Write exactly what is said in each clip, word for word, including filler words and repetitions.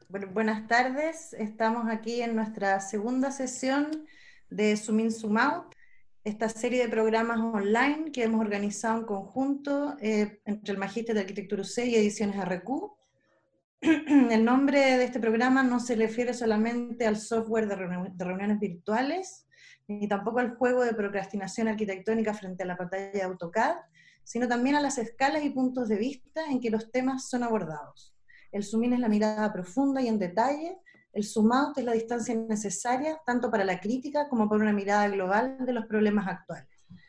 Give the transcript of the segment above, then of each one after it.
Bueno, buenas tardes, estamos aquí en nuestra segunda sesión de Zoom In Zoom Out, esta serie de programas online que hemos organizado en conjunto eh, entre el Magíster de Arquitectura U C y Ediciones R Q. El nombre de este programa no se refiere solamente al software de, reuni de reuniones virtuales, ni tampoco al juego de procrastinación arquitectónica frente a la pantalla de AutoCAD, sino también a las escalas y puntos de vista en que los temas son abordados. El zoom in es la mirada profunda y en detalle, el zoom out es la distancia necesaria tanto para la crítica como para una mirada global de los problemas actuales.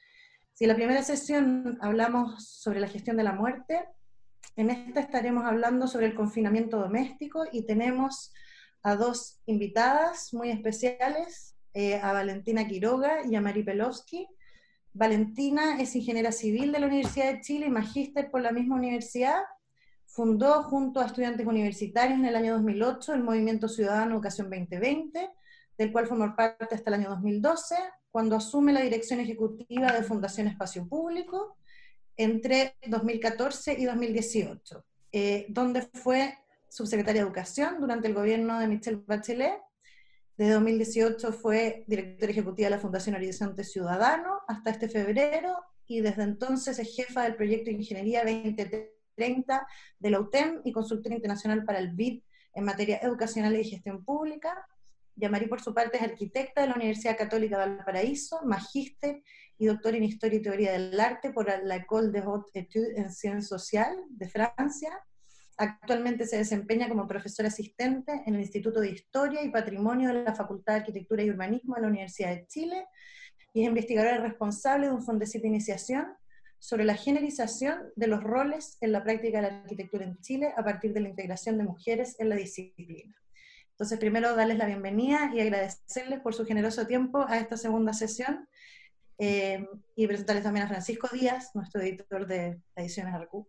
Si en la primera sesión hablamos sobre la gestión de la muerte, en esta estaremos hablando sobre el confinamiento doméstico y tenemos a dos invitadas muy especiales, eh, a Valentina Quiroga y a Mari Pelowski. Valentina es ingeniera civil de la Universidad de Chile y magíster por la misma universidad. Fundó junto a estudiantes universitarios en el año dos mil ocho el Movimiento Ciudadano Educación veinte veinte, del cual formó parte hasta el año dos mil doce, cuando asume la dirección ejecutiva de Fundación Espacio Público entre dos mil catorce y dos mil dieciocho, eh, donde fue subsecretaria de Educación durante el gobierno de Michelle Bachelet. Desde dos mil dieciocho fue directora ejecutiva de la Fundación Horizonte Ciudadano hasta este febrero, y desde entonces es jefa del proyecto de Ingeniería veinte treinta de la U T E M y consultora internacional para el B I D en materia educacional y gestión pública. Yamari, por su parte, es arquitecta de la Universidad Católica de Valparaíso, magíster y doctor en Historia y Teoría del Arte por la École de Haute Étude en Sciences Sociales de Francia. Actualmente se desempeña como profesora asistente en el Instituto de Historia y Patrimonio de la Facultad de Arquitectura y Urbanismo de la Universidad de Chile y es investigadora responsable de un Fondesit de iniciación sobre la generalización de los roles en la práctica de la arquitectura en Chile a partir de la integración de mujeres en la disciplina. Entonces, primero darles la bienvenida y agradecerles por su generoso tiempo a esta segunda sesión, eh, y presentarles también a Francisco Díaz, nuestro editor de Ediciones R Q.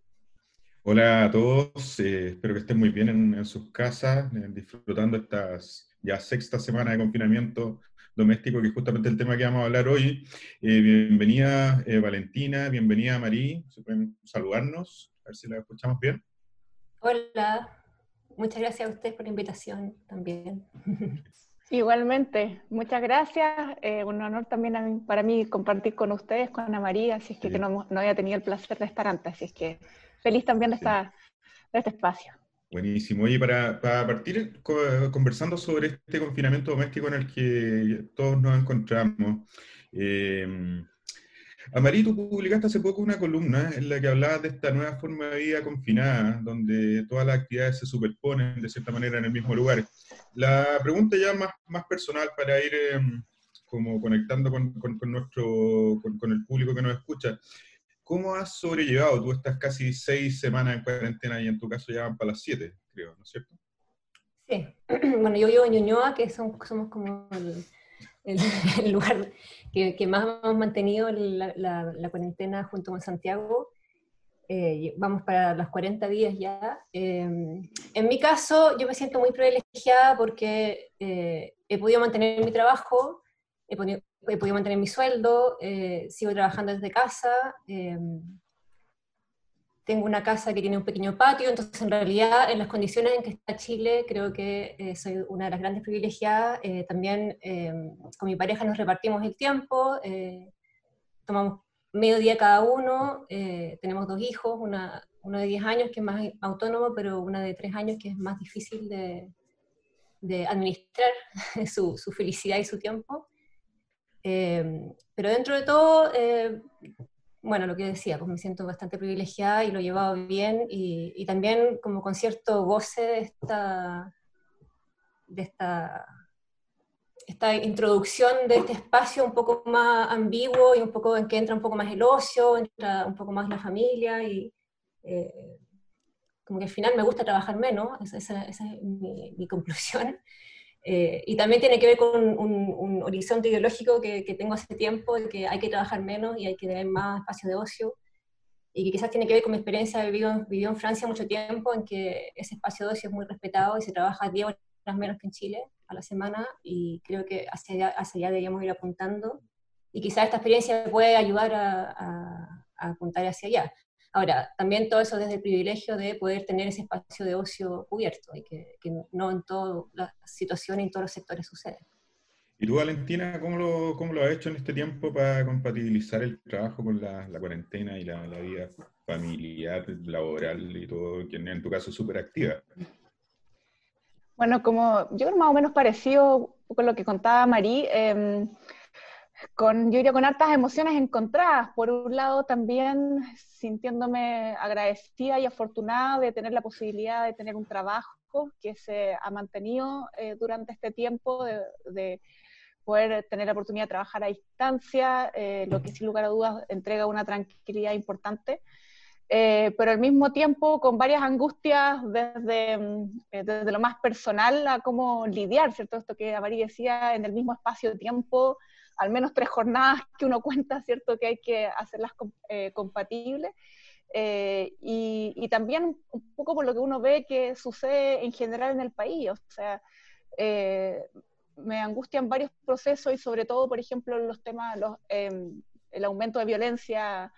Hola a todos, eh, espero que estén muy bien en, en sus casas, eh, disfrutando estas ya sexta semana de confinamiento doméstico, que es justamente el tema que vamos a hablar hoy. Eh, bienvenida eh, Valentina, bienvenida Marí, se pueden saludarnos, a ver si la escuchamos bien. Hola, muchas gracias a ustedes por la invitación también. Igualmente, muchas gracias. Eh, un honor también a mí, para mí compartir con ustedes, con Ana María, así es que, Sí. que no, no había tenido el placer de estar antes, así es que feliz también de, Sí. esta, de este espacio. Buenísimo. Oye, para, para partir co conversando sobre este confinamiento doméstico en el que todos nos encontramos, eh, Amarí, tú publicaste hace poco una columna en la que hablabas de esta nueva forma de vida confinada, donde todas las actividades se superponen de cierta manera en el mismo lugar. La pregunta ya más, más personal para ir eh, como conectando con, con, con nuestro, con, con el público que nos escucha. ¿Cómo has sobrellevado tú estas casi seis semanas en cuarentena y en tu caso ya van para las siete, creo, ¿no es cierto? Sí, bueno, yo vivo en Ñuñoa, que son, somos como el, el, el lugar que, que más hemos mantenido la, la, la cuarentena junto con Santiago. Eh, vamos para los cuarenta días ya. Eh, en mi caso, yo me siento muy privilegiada porque eh, he podido mantener mi trabajo, he podido, he podido mantener mi sueldo, eh, sigo trabajando desde casa, eh, tengo una casa que tiene un pequeño patio, entonces en realidad en las condiciones en que está Chile creo que eh, soy una de las grandes privilegiadas. Eh, también eh, con mi pareja nos repartimos el tiempo, eh, tomamos medio día cada uno, eh, tenemos dos hijos, una, uno de diez años que es más autónomo, pero una de tres años que es más difícil de, de administrar su, su felicidad y su tiempo. Eh, pero dentro de todo, eh, bueno, lo que decía, pues me siento bastante privilegiada y lo he llevado bien, y, y también como con cierto goce de esta, de esta, esta introducción de este espacio un poco más ambiguo y un poco en que entra un poco más el ocio, entra un poco más la familia, y eh, como que al final me gusta trabajar menos, esa, esa, esa es mi, mi conclusión. Eh, y también tiene que ver con un, un horizonte ideológico que, que tengo hace tiempo, de que hay que trabajar menos y hay que tener más espacio de ocio, y que quizás tiene que ver con mi experiencia de vivido, vivido en Francia mucho tiempo, en que ese espacio de ocio es muy respetado y se trabaja diez horas menos que en Chile a la semana, y creo que hacia allá, hacia allá deberíamos ir apuntando, y quizás esta experiencia puede ayudar a, a, a apuntar hacia allá. Ahora, también todo eso desde el privilegio de poder tener ese espacio de ocio cubierto, y que, que no en todas las situaciones y en todos los sectores sucede. ¿Y tú, Valentina, cómo lo, cómo lo has hecho en este tiempo para compatibilizar el trabajo con la, la cuarentena y la, la vida familiar, laboral y todo, que en tu caso es súper activa? Bueno, como yo creo más o menos parecido con lo que contaba Marí, eh, con, yo diría con hartas emociones encontradas. Por un lado también sintiéndome agradecida y afortunada de tener la posibilidad de tener un trabajo que se ha mantenido eh, durante este tiempo, de, de poder tener la oportunidad de trabajar a distancia, eh, lo que sin lugar a dudas entrega una tranquilidad importante. Eh, pero al mismo tiempo con varias angustias desde, eh, desde lo más personal a cómo lidiar, ¿cierto? Esto que Amari decía, en el mismo espacio de tiempo, al menos tres jornadas que uno cuenta, ¿cierto? Que hay que hacerlas eh, compatibles. Eh, y, y también un poco por lo que uno ve que sucede en general en el país, o sea, eh, me angustian varios procesos y sobre todo, por ejemplo, los temas, los, eh, el aumento de violencia,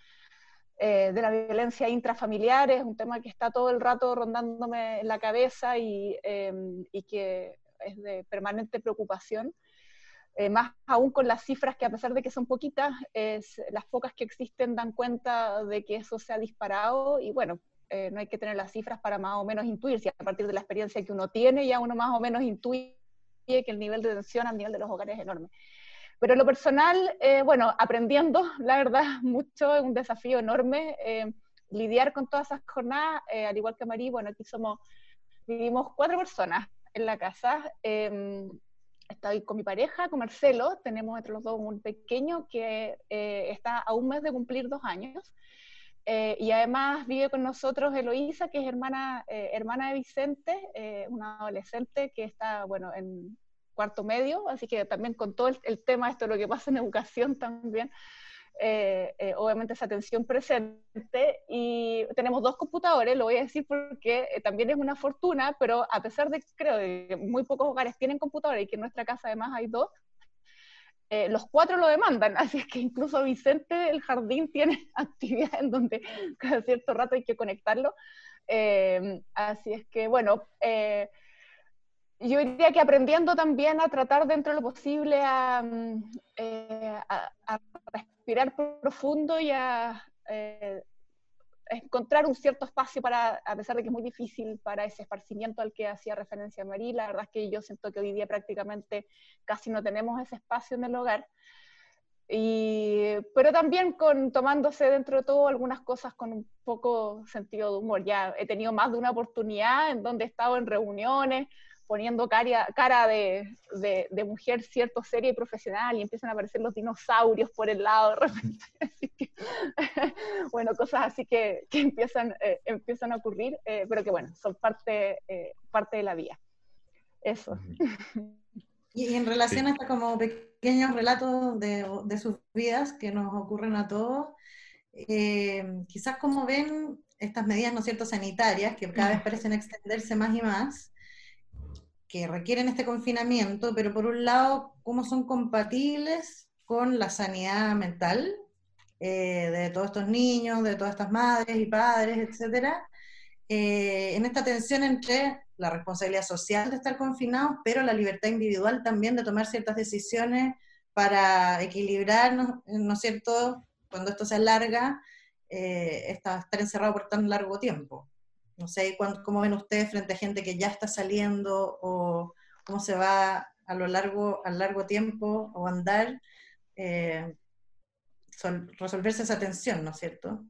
Eh, de la violencia intrafamiliar, es un tema que está todo el rato rondándome en la cabeza y, eh, y que es de permanente preocupación, eh, más aún con las cifras que a pesar de que son poquitas, es, las pocas que existen dan cuenta de que eso se ha disparado y bueno, eh, no hay que tener las cifras para más o menos intuir, si a partir de la experiencia que uno tiene ya uno más o menos intuye que el nivel de tensión a nivel de los hogares es enorme. Pero en lo personal, eh, bueno, aprendiendo, la verdad, mucho, es un desafío enorme eh, lidiar con todas esas jornadas, eh, al igual que Marí, bueno, aquí somos, vivimos cuatro personas en la casa, eh, estoy con mi pareja, con Marcelo, tenemos entre los dos un pequeño que eh, está a un mes de cumplir dos años, eh, y además vive con nosotros Eloísa, que es hermana, eh, hermana de Vicente, eh, una adolescente que está, bueno, en cuarto medio, así que también con todo el, el tema, esto es lo que pasa en educación también, eh, eh, obviamente esa tensión presente, y tenemos dos computadores, lo voy a decir porque eh, también es una fortuna, pero a pesar de, creo, de que muy pocos hogares tienen computadores y que en nuestra casa además hay dos, eh, los cuatro lo demandan, así es que incluso Vicente, el jardín, tiene actividad en donde cada cierto rato hay que conectarlo, eh, así es que, bueno, eh, yo diría que aprendiendo también a tratar dentro de lo posible a, eh, a, a respirar profundo y a eh, encontrar un cierto espacio para, a pesar de que es muy difícil, para ese esparcimiento al que hacía referencia Marí. La verdad es que yo siento que hoy día prácticamente casi no tenemos ese espacio en el hogar. Y, pero también con, tomándose dentro de todo algunas cosas con un poco sentido de humor. Ya he tenido más de una oportunidad en donde he estado en reuniones, poniendo cara, cara de, de, de mujer cierto seria y profesional y empiezan a aparecer los dinosaurios por el lado de repente. Así que, bueno, cosas así que, que empiezan, eh, empiezan a ocurrir, eh, pero que bueno, son parte, eh, parte de la vida. Eso. Y, y en relación sí. a estos como pequeños relatos de, de sus vidas que nos ocurren a todos, eh, quizás como ven estas medidas, ¿no es cierto?, sanitarias, que cada vez parecen extenderse más y más, que requieren este confinamiento, pero por un lado, ¿cómo son compatibles con la sanidad mental eh, de todos estos niños, de todas estas madres y padres, etcétera? Eh, en esta tensión entre la responsabilidad social de estar confinados, pero la libertad individual también de tomar ciertas decisiones para equilibrar, ¿no, ¿no es cierto?, cuando esto se alarga, eh, estar encerrado por tan largo tiempo. No sé cómo ven ustedes frente a gente que ya está saliendo, o cómo se va a lo largo, a largo tiempo, o andar, eh, sol, resolverse esa tensión, ¿no es cierto?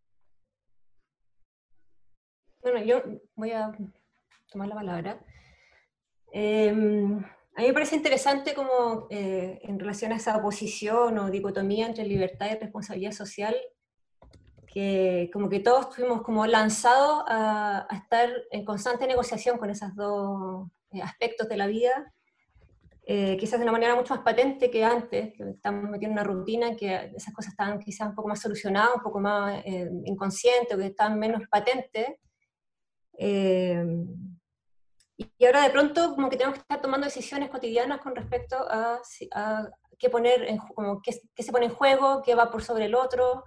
Bueno, yo voy a tomar la palabra. Eh, a mí me parece interesante como eh, en relación a esa oposición o dicotomía entre libertad y responsabilidad social, que como que todos fuimos como lanzados a, a estar en constante negociación con esos dos eh, aspectos de la vida, eh, quizás de una manera mucho más patente que antes, que estamos metiendo en una rutina en que esas cosas estaban quizás un poco más solucionadas, un poco más eh, inconscientes, o que estaban menos patentes. Eh, y ahora de pronto como que tenemos que estar tomando decisiones cotidianas con respecto a, a qué poner, en, como qué, qué se pone en juego, qué va por sobre el otro,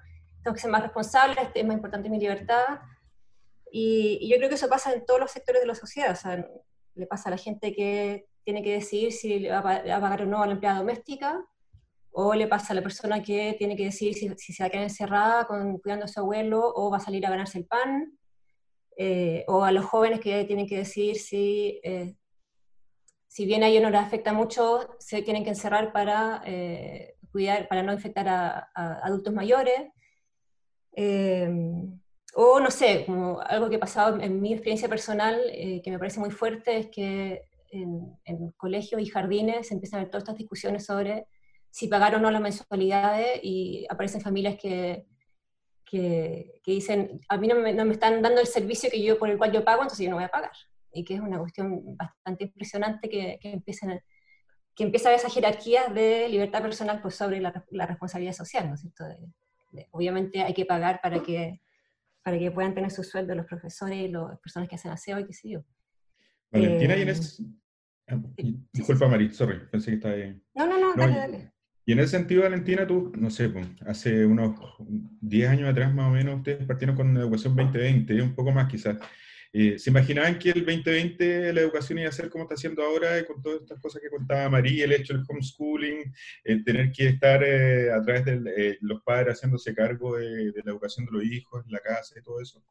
tengo que ser más responsable, es más importante mi libertad. Y, y yo creo que eso pasa en todos los sectores de la sociedad. O sea, le pasa a la gente que tiene que decidir si le va a pagar o no a la empleada doméstica, o le pasa a la persona que tiene que decidir si, si se va a quedar encerrada con, cuidando a su abuelo o va a salir a ganarse el pan, eh, o a los jóvenes que tienen que decidir si, eh, si bien a ellos no les afecta mucho, se tienen que encerrar para eh, cuidar, para no infectar a, a adultos mayores. Eh, o no sé, como algo que ha pasado en mi experiencia personal, eh, que me parece muy fuerte, es que en, en colegios y jardines se empiezan a ver todas estas discusiones sobre si pagar o no las mensualidades, y aparecen familias que, que, que dicen, a mí no me, no me están dando el servicio que yo, por el cual yo pago, entonces yo no voy a pagar. Y que es una cuestión bastante impresionante que, que, empiecen, que empieza a ver esas jerarquías de libertad personal pues, sobre la, la responsabilidad social, ¿no es cierto? De, de, obviamente hay que pagar para que, para que puedan tener su sueldo los profesores y las personas que hacen aseo y qué sé yo. Valentina, eh, y en ese... sí, Disculpa, sí, sí. Mari, sorry, pensé que estaba ahí. No, no, no, No, dale, y, dale. y en ese sentido, Valentina, tú, no sé, pues, hace unos diez años atrás más o menos, ustedes partieron con Educación veinte veinte, un poco más quizás. Eh, ¿Se imaginaban que el veinte veinte la educación iba a ser como está haciendo ahora, y con todas estas cosas que contaba María, el hecho del homeschooling, el tener que estar eh, a través de eh, los padres haciéndose cargo de, de la educación de los hijos en la casa y todo eso?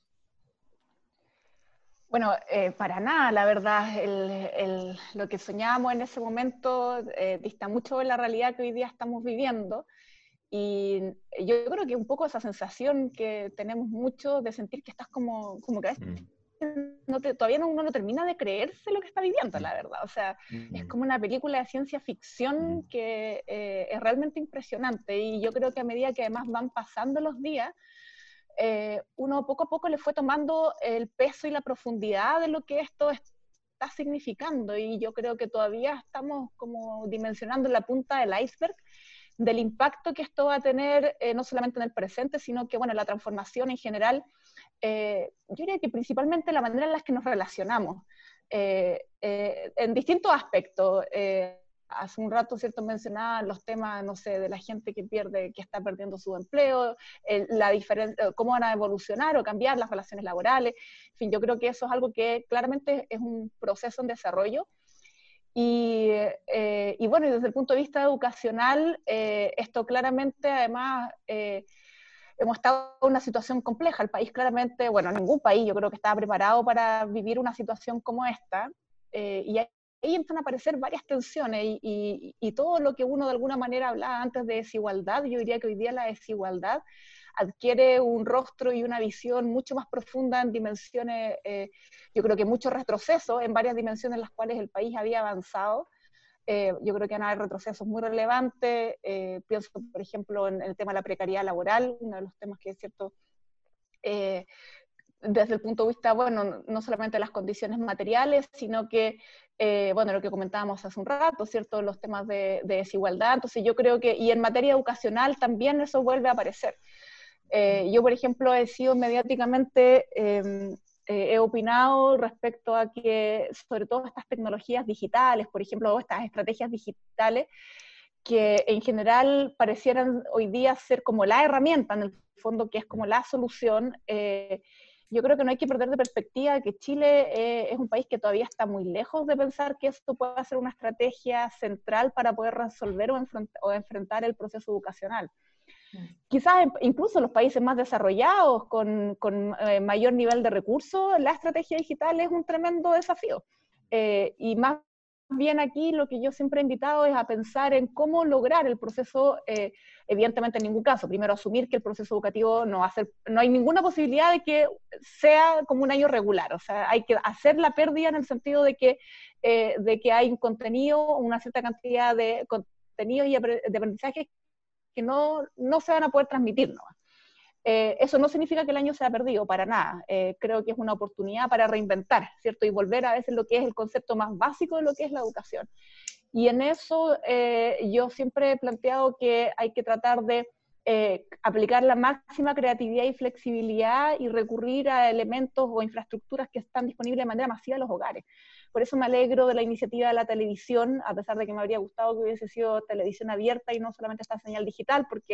Bueno, eh, para nada, la verdad, el, el, lo que soñábamos en ese momento eh, dista mucho de la realidad que hoy día estamos viviendo. Y yo creo que un poco esa sensación que tenemos mucho de sentir que estás como, como que a veces Mm. no te, todavía no, uno no termina de creerse lo que está viviendo, la verdad. O sea, Mm. es como una película de ciencia ficción Mm. que eh, es realmente impresionante. Y yo creo que a medida que además van pasando los días, eh, uno poco a poco le fue tomando el peso y la profundidad de lo que esto está significando. Y yo creo que todavía estamos como dimensionando la punta del iceberg del impacto que esto va a tener, eh, no solamente en el presente, sino que, bueno, la transformación en general, eh, yo diría que principalmente la manera en la que nos relacionamos, eh, eh, en distintos aspectos. Eh, hace un rato, ¿cierto?, mencionaban los temas, no sé, de la gente que pierde, que está perdiendo su empleo, eh, la diferencia, cómo van a evolucionar o cambiar las relaciones laborales. En fin, yo creo que eso es algo que claramente es un proceso en desarrollo. Y, eh, y bueno, y desde el punto de vista educacional, eh, esto claramente, además, eh, hemos estado en una situación compleja. El país claramente, bueno, ningún país yo creo que estaba preparado para vivir una situación como esta. Eh, y ahí, ahí empiezan a aparecer varias tensiones y, y, y todo lo que uno de alguna manera hablaba antes de desigualdad, yo diría que hoy día la desigualdad adquiere un rostro y una visión mucho más profunda en dimensiones, eh, yo creo que mucho retroceso en varias dimensiones en las cuales el país había avanzado. Eh, yo creo que van a haber retrocesos muy relevantes. Eh, pienso, por ejemplo, en el tema de la precariedad laboral, uno de los temas que es cierto, eh, desde el punto de vista, bueno, no solamente de las condiciones materiales, sino que, eh, bueno, lo que comentábamos hace un rato, ¿cierto?, los temas de, de desigualdad. Entonces yo creo que, y en materia educacional también eso vuelve a aparecer. Eh, yo, por ejemplo, he sido mediáticamente, eh, eh, he opinado respecto a que, sobre todo estas tecnologías digitales, por ejemplo, estas estrategias digitales, que en general parecieran hoy día ser como la herramienta, en el fondo, que es como la solución. Eh, yo creo que no hay que perder de perspectiva que Chile eh, es un país que todavía está muy lejos de pensar que esto pueda ser una estrategia central para poder resolver o, enfrent o enfrentar el proceso educacional. Quizás incluso los países más desarrollados, con, con eh, mayor nivel de recursos, la estrategia digital es un tremendo desafío. Eh, y más bien aquí lo que yo siempre he invitado es a pensar en cómo lograr el proceso, eh, evidentemente en ningún caso, primero asumir que el proceso educativo no va a ser, no hay ninguna posibilidad de que sea como un año regular, o sea, hay que hacer la pérdida en el sentido de que, eh, de que hay un contenido, una cierta cantidad de contenidos y de aprendizajes que no, no se van a poder transmitir, ¿no? Eh, eso no significa que el año se ha perdido, para nada. Eh, creo que es una oportunidad para reinventar, ¿cierto? Y volver a veces lo que es el concepto más básico de lo que es la educación. Y en eso eh, yo siempre he planteado que hay que tratar de eh, aplicar la máxima creatividad y flexibilidad y recurrir a elementos o infraestructuras que están disponibles de manera masiva en los hogares. Por eso me alegro de la iniciativa de la televisión, a pesar de que me habría gustado que hubiese sido televisión abierta y no solamente esta señal digital, porque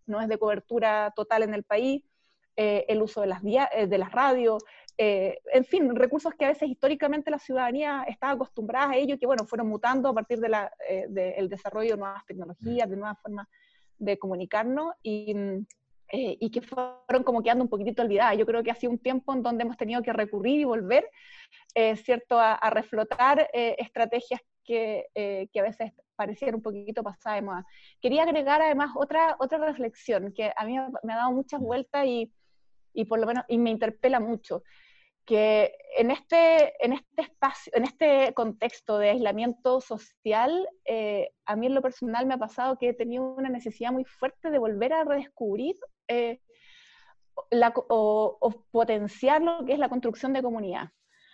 no es de cobertura total en el país, eh, el uso de las, via de las radios, eh, en fin, recursos que a veces históricamente la ciudadanía estaba acostumbrada a ello, que bueno, fueron mutando a partir del de eh, de desarrollo de nuevas tecnologías, de nuevas formas de comunicarnos, y, eh, y que fueron como quedando un poquitito olvidadas. Yo creo que ha sido un tiempo en donde hemos tenido que recurrir y volver, eh, ¿cierto?, a, a reflotar eh, estrategias que, eh, que a veces parecieran un poquito pasadas de moda. Quería agregar además otra, otra reflexión que a mí me ha dado muchas vueltas y, y por lo menos y me interpela mucho, que en este, en este espacio, en este contexto de aislamiento social, eh, a mí en lo personal me ha pasado que he tenido una necesidad muy fuerte de volver a redescubrir eh, la, o, o potenciar lo que es la construcción de comunidad.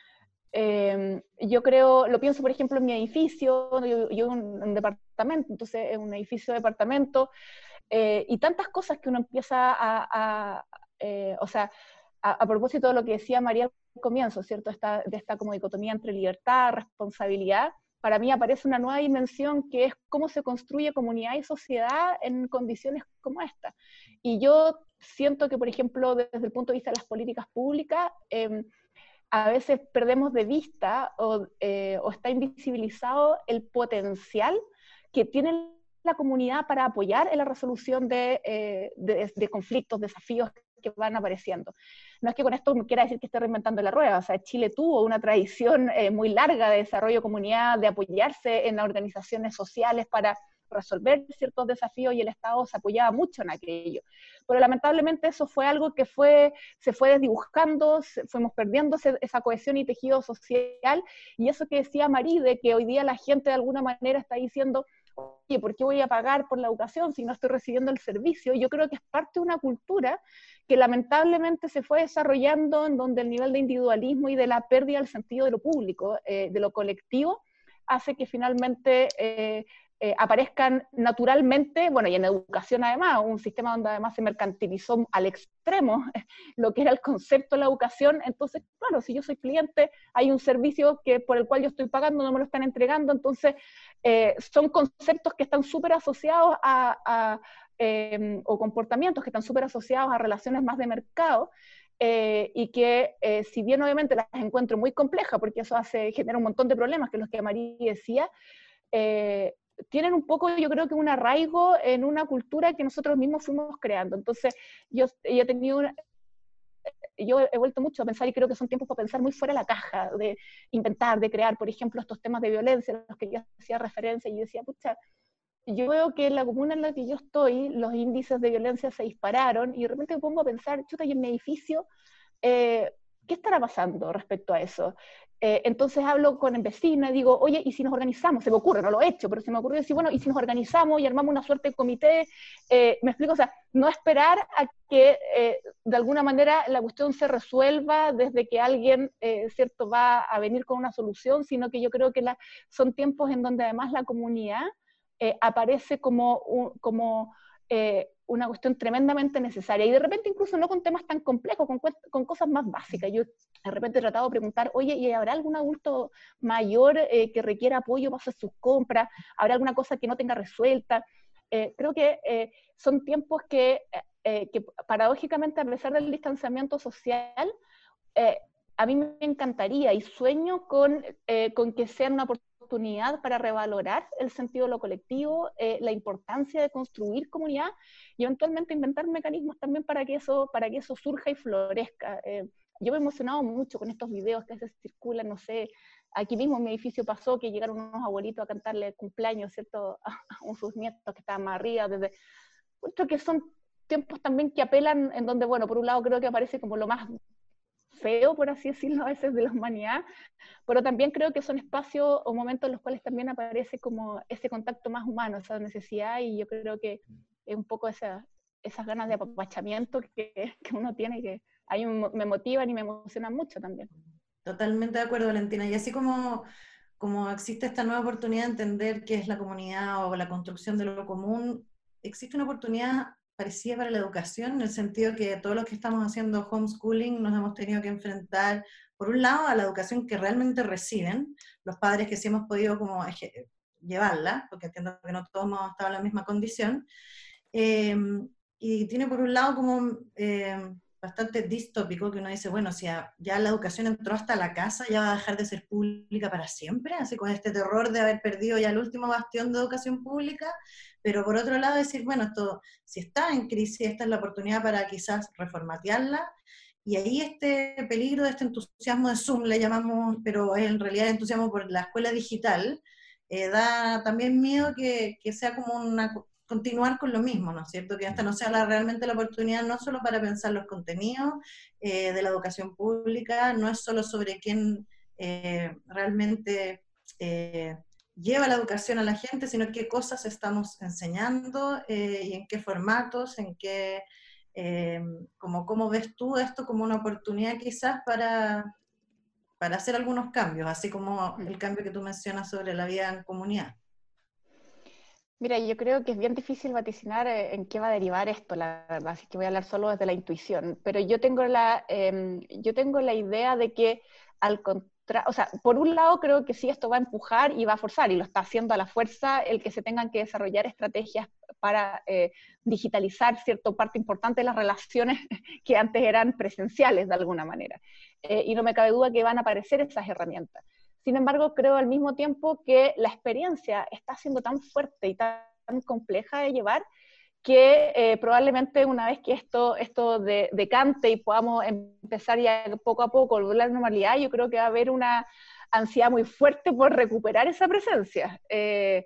Eh, yo creo, lo pienso por ejemplo en mi edificio, yo, yo un, un departamento, entonces un edificio de departamento, eh, y tantas cosas que uno empieza a, a eh, o sea, a, a propósito de lo que decía María al comienzo, ¿cierto? Esta, de esta como dicotomía entre libertad, responsabilidad, para mí aparece una nueva dimensión que es cómo se construye comunidad y sociedad en condiciones como esta. Y yo siento que, por ejemplo, desde el punto de vista de las políticas públicas, eh, a veces perdemos de vista o, eh, o está invisibilizado el potencial que tiene la comunidad para apoyar en la resolución de, eh, de, de conflictos, desafíos que van apareciendo. No es que con esto quiera decir que esté reinventando la rueda, o sea, Chile tuvo una tradición eh, muy larga de desarrollo de comunidad, de apoyarse en las organizaciones sociales para resolver ciertos desafíos y el Estado se apoyaba mucho en aquello. Pero lamentablemente eso fue algo que fue, se fue desdibujando, se, fuimos perdiendo ese, esa cohesión y tejido social, y eso que decía Marí, de que hoy día la gente de alguna manera está diciendo, oye, ¿por qué voy a pagar por la educación si no estoy recibiendo el servicio? Yo creo que es parte de una cultura que lamentablemente se fue desarrollando en donde el nivel de individualismo y de la pérdida del sentido de lo público, eh, de lo colectivo, hace que finalmente eh, eh, aparezcan naturalmente, bueno, y en educación además, un sistema donde además se mercantilizó al extremo lo que era el concepto de la educación. Entonces, claro, si yo soy cliente, hay un servicio que por el cual yo estoy pagando, no me lo están entregando, entonces eh, son conceptos que están súper asociados a, a eh, o comportamientos que están súper asociados a relaciones más de mercado, eh, y que eh, si bien obviamente las encuentro muy complejas, porque eso hace, genera un montón de problemas, que es lo que María decía, eh, tienen un poco, yo creo que un arraigo en una cultura que nosotros mismos fuimos creando. Entonces, yo, yo he tenido una, yo he vuelto mucho a pensar, y creo que son tiempos para pensar muy fuera de la caja, de inventar, de crear, por ejemplo, estos temas de violencia, a los que yo hacía referencia, y yo decía, pucha, yo veo que en la comuna en la que yo estoy, los índices de violencia se dispararon, y de repente me pongo a pensar, chuta, y en mi edificio, eh, ¿qué estará pasando respecto a eso? Eh, entonces hablo con el vecino y digo, oye, ¿y si nos organizamos? Se me ocurre, no lo he hecho, pero se me ocurrió decir, bueno, ¿y si nos organizamos y armamos una suerte de comité? Eh, me explico, o sea, no esperar a que eh, de alguna manera la cuestión se resuelva desde que alguien, eh, cierto, va a venir con una solución, sino que yo creo que la, son tiempos en donde además la comunidad eh, aparece como, un, como eh, una cuestión tremendamente necesaria, y de repente incluso no con temas tan complejos, con, con cosas más básicas. Yo de repente he tratado de preguntar, oye, ¿y habrá algún adulto mayor eh, que requiera apoyo para hacer sus compras? ¿Habrá alguna cosa que no tenga resuelta? Eh, creo que eh, son tiempos que, eh, que paradójicamente, a pesar del distanciamiento social, eh, a mí me encantaría y sueño con, eh, con que sean una oportunidad para revalorar el sentido de lo colectivo, eh, la importancia de construir comunidad y eventualmente inventar mecanismos también para que eso, para que eso surja y florezca. Eh, yo me he emocionado mucho con estos videos que a veces circulan, no sé, aquí mismo en mi edificio pasó que llegaron unos abuelitos a cantarle cumpleaños, ¿cierto?, a, a sus nietos que estaban más arriba, desde, creo que son tiempos también que apelan en donde, bueno, por un lado creo que aparece como lo más feo, por así decirlo, a veces de la humanidad, pero también creo que son espacios o momentos en los cuales también aparece como ese contacto más humano, esa necesidad, y yo creo que es un poco esa, esas ganas de apapachamiento que, que uno tiene, que a mí me motivan y me emocionan mucho también. Totalmente de acuerdo, Valentina, y así como, como existe esta nueva oportunidad de entender qué es la comunidad o la construcción de lo común, existe una oportunidad parecida para la educación, en el sentido que todos los que estamos haciendo homeschooling nos hemos tenido que enfrentar, por un lado, a la educación que realmente reciben, los padres que sí hemos podido como llevarla, porque entiendo que no todos hemos estado en la misma condición, eh, y tiene por un lado como eh, bastante distópico, que uno dice, bueno, si ya, ya la educación entró hasta la casa, ya va a dejar de ser pública para siempre, así con este terror de haber perdido ya el último bastión de educación pública, pero por otro lado decir, bueno, esto, si está en crisis, esta es la oportunidad para quizás reformatearla, y ahí este peligro de este entusiasmo de Zoom, le llamamos, pero es en realidad entusiasmo por la escuela digital, eh, da también miedo que, que sea como una... continuar con lo mismo, ¿no es cierto? Que esta no sea la, realmente la oportunidad no solo para pensar los contenidos eh, de la educación pública, no es solo sobre quién eh, realmente eh, lleva la educación a la gente, sino qué cosas estamos enseñando eh, y en qué formatos, en qué, eh, como, cómo ves tú esto como una oportunidad quizás para, para hacer algunos cambios, así como el cambio que tú mencionas sobre la vida en comunidad. Mira, yo creo que es bien difícil vaticinar eh, en qué va a derivar esto, la verdad, así que voy a hablar solo desde la intuición, pero yo tengo la, eh, yo tengo la idea de que al contrario, o sea, por un lado creo que sí, esto va a empujar y va a forzar, y lo está haciendo a la fuerza, el que se tengan que desarrollar estrategias para eh, digitalizar cierta parte importante de las relaciones que antes eran presenciales de alguna manera, eh, y no me cabe duda que van a aparecer esas herramientas. Sin embargo, creo al mismo tiempo que la experiencia está siendo tan fuerte y tan compleja de llevar que eh, probablemente una vez que esto, esto de, decante y podamos empezar ya poco a poco a volver a la normalidad, yo creo que va a haber una ansiedad muy fuerte por recuperar esa presencia. Eh,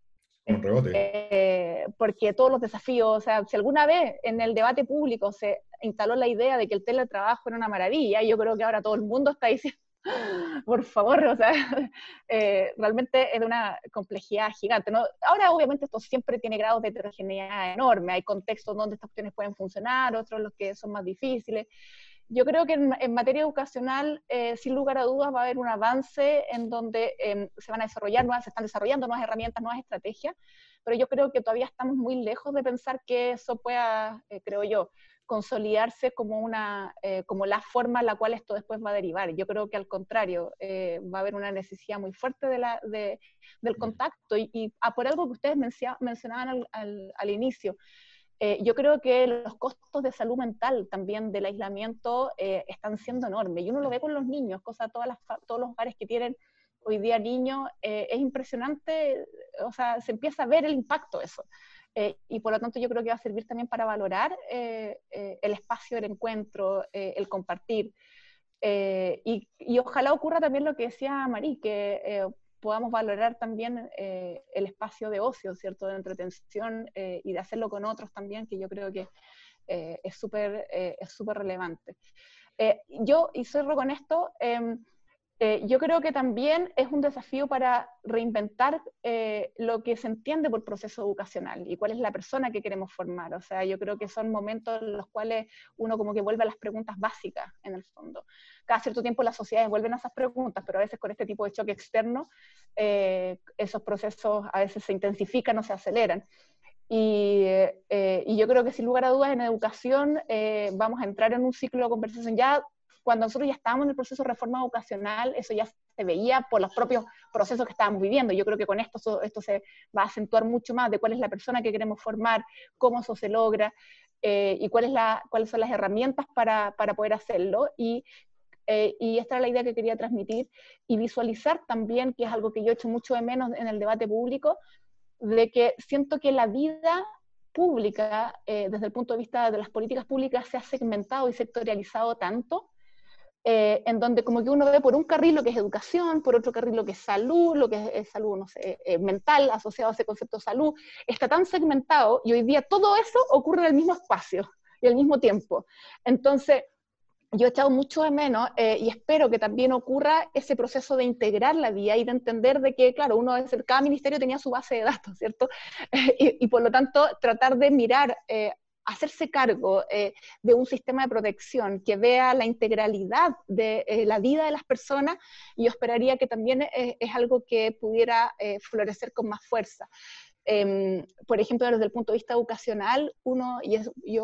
Un rebote. Eh, porque todos los desafíos, o sea, si alguna vez en el debate público se instaló la idea de que el teletrabajo era una maravilla, yo creo que ahora todo el mundo está diciendo, por favor, o sea, eh, realmente es de una complejidad gigante, ¿no? Ahora, obviamente, esto siempre tiene grados de heterogeneidad enorme, hay contextos donde estas cuestiones pueden funcionar, otros los que son más difíciles. Yo creo que en, en materia educacional, eh, sin lugar a dudas, va a haber un avance en donde eh, se van a desarrollar nuevas, se están desarrollando nuevas herramientas, nuevas estrategias, pero yo creo que todavía estamos muy lejos de pensar que eso pueda, eh, creo yo, consolidarse como, una, eh, como la forma en la cual esto después va a derivar. Yo creo que al contrario, eh, va a haber una necesidad muy fuerte de la, de, del contacto, y, y a por algo que ustedes mencionaban al, al, al inicio, Eh, yo creo que los costos de salud mental también del aislamiento eh, están siendo enormes, y uno lo ve con los niños, cosa todas las, todos los hogares que tienen hoy día niños, eh, es impresionante, o sea, se empieza a ver el impacto de eso, eh, y por lo tanto yo creo que va a servir también para valorar eh, eh, el espacio del encuentro, eh, el compartir, eh, y, y ojalá ocurra también lo que decía Marí, que eh, podamos valorar también eh, el espacio de ocio, ¿cierto?, de entretención, eh, y de hacerlo con otros también, que yo creo que eh, es súper eh, es súper relevante. Eh, yo, y cierro con esto, eh, eh, yo creo que también es un desafío para reinventar eh, lo que se entiende por proceso educacional y cuál es la persona que queremos formar. O sea, yo creo que son momentos en los cuales uno como que vuelve a las preguntas básicas, en el fondo. Cada cierto tiempo las sociedades vuelven a esas preguntas, pero a veces con este tipo de choque externo, eh, esos procesos a veces se intensifican o se aceleran. Y, eh, y yo creo que sin lugar a dudas en educación eh, vamos a entrar en un ciclo de conversación. Ya cuando nosotros ya estábamos en el proceso de reforma educacional, eso ya se veía por los propios procesos que estábamos viviendo. Yo creo que con esto, esto se va a acentuar mucho más de cuál es la persona que queremos formar, cómo eso se logra, eh, y cuál es la, cuáles son las herramientas para, para poder hacerlo. Y Eh, y esta era la idea que quería transmitir y visualizar también, que es algo que yo echo mucho de menos en el debate público, de que siento que la vida pública, eh, desde el punto de vista de las políticas públicas, se ha segmentado y sectorializado tanto, eh, en donde como que uno ve por un carril lo que es educación, por otro carril lo que es salud, lo que es, es salud, no sé, eh, mental, asociado a ese concepto de salud, está tan segmentado, y hoy día todo eso ocurre en el mismo espacio y al mismo tiempo. Entonces, yo he echado mucho de menos, eh, y espero que también ocurra ese proceso de integrar la vía y de entender de que, claro, uno es el, cada ministerio tenía su base de datos, ¿cierto? Eh, y, y por lo tanto, tratar de mirar, eh, hacerse cargo eh, de un sistema de protección que vea la integralidad de eh, la vida de las personas, y yo esperaría que también eh, es algo que pudiera eh, florecer con más fuerza. Eh, por ejemplo, desde el punto de vista educacional, uno, y es, yo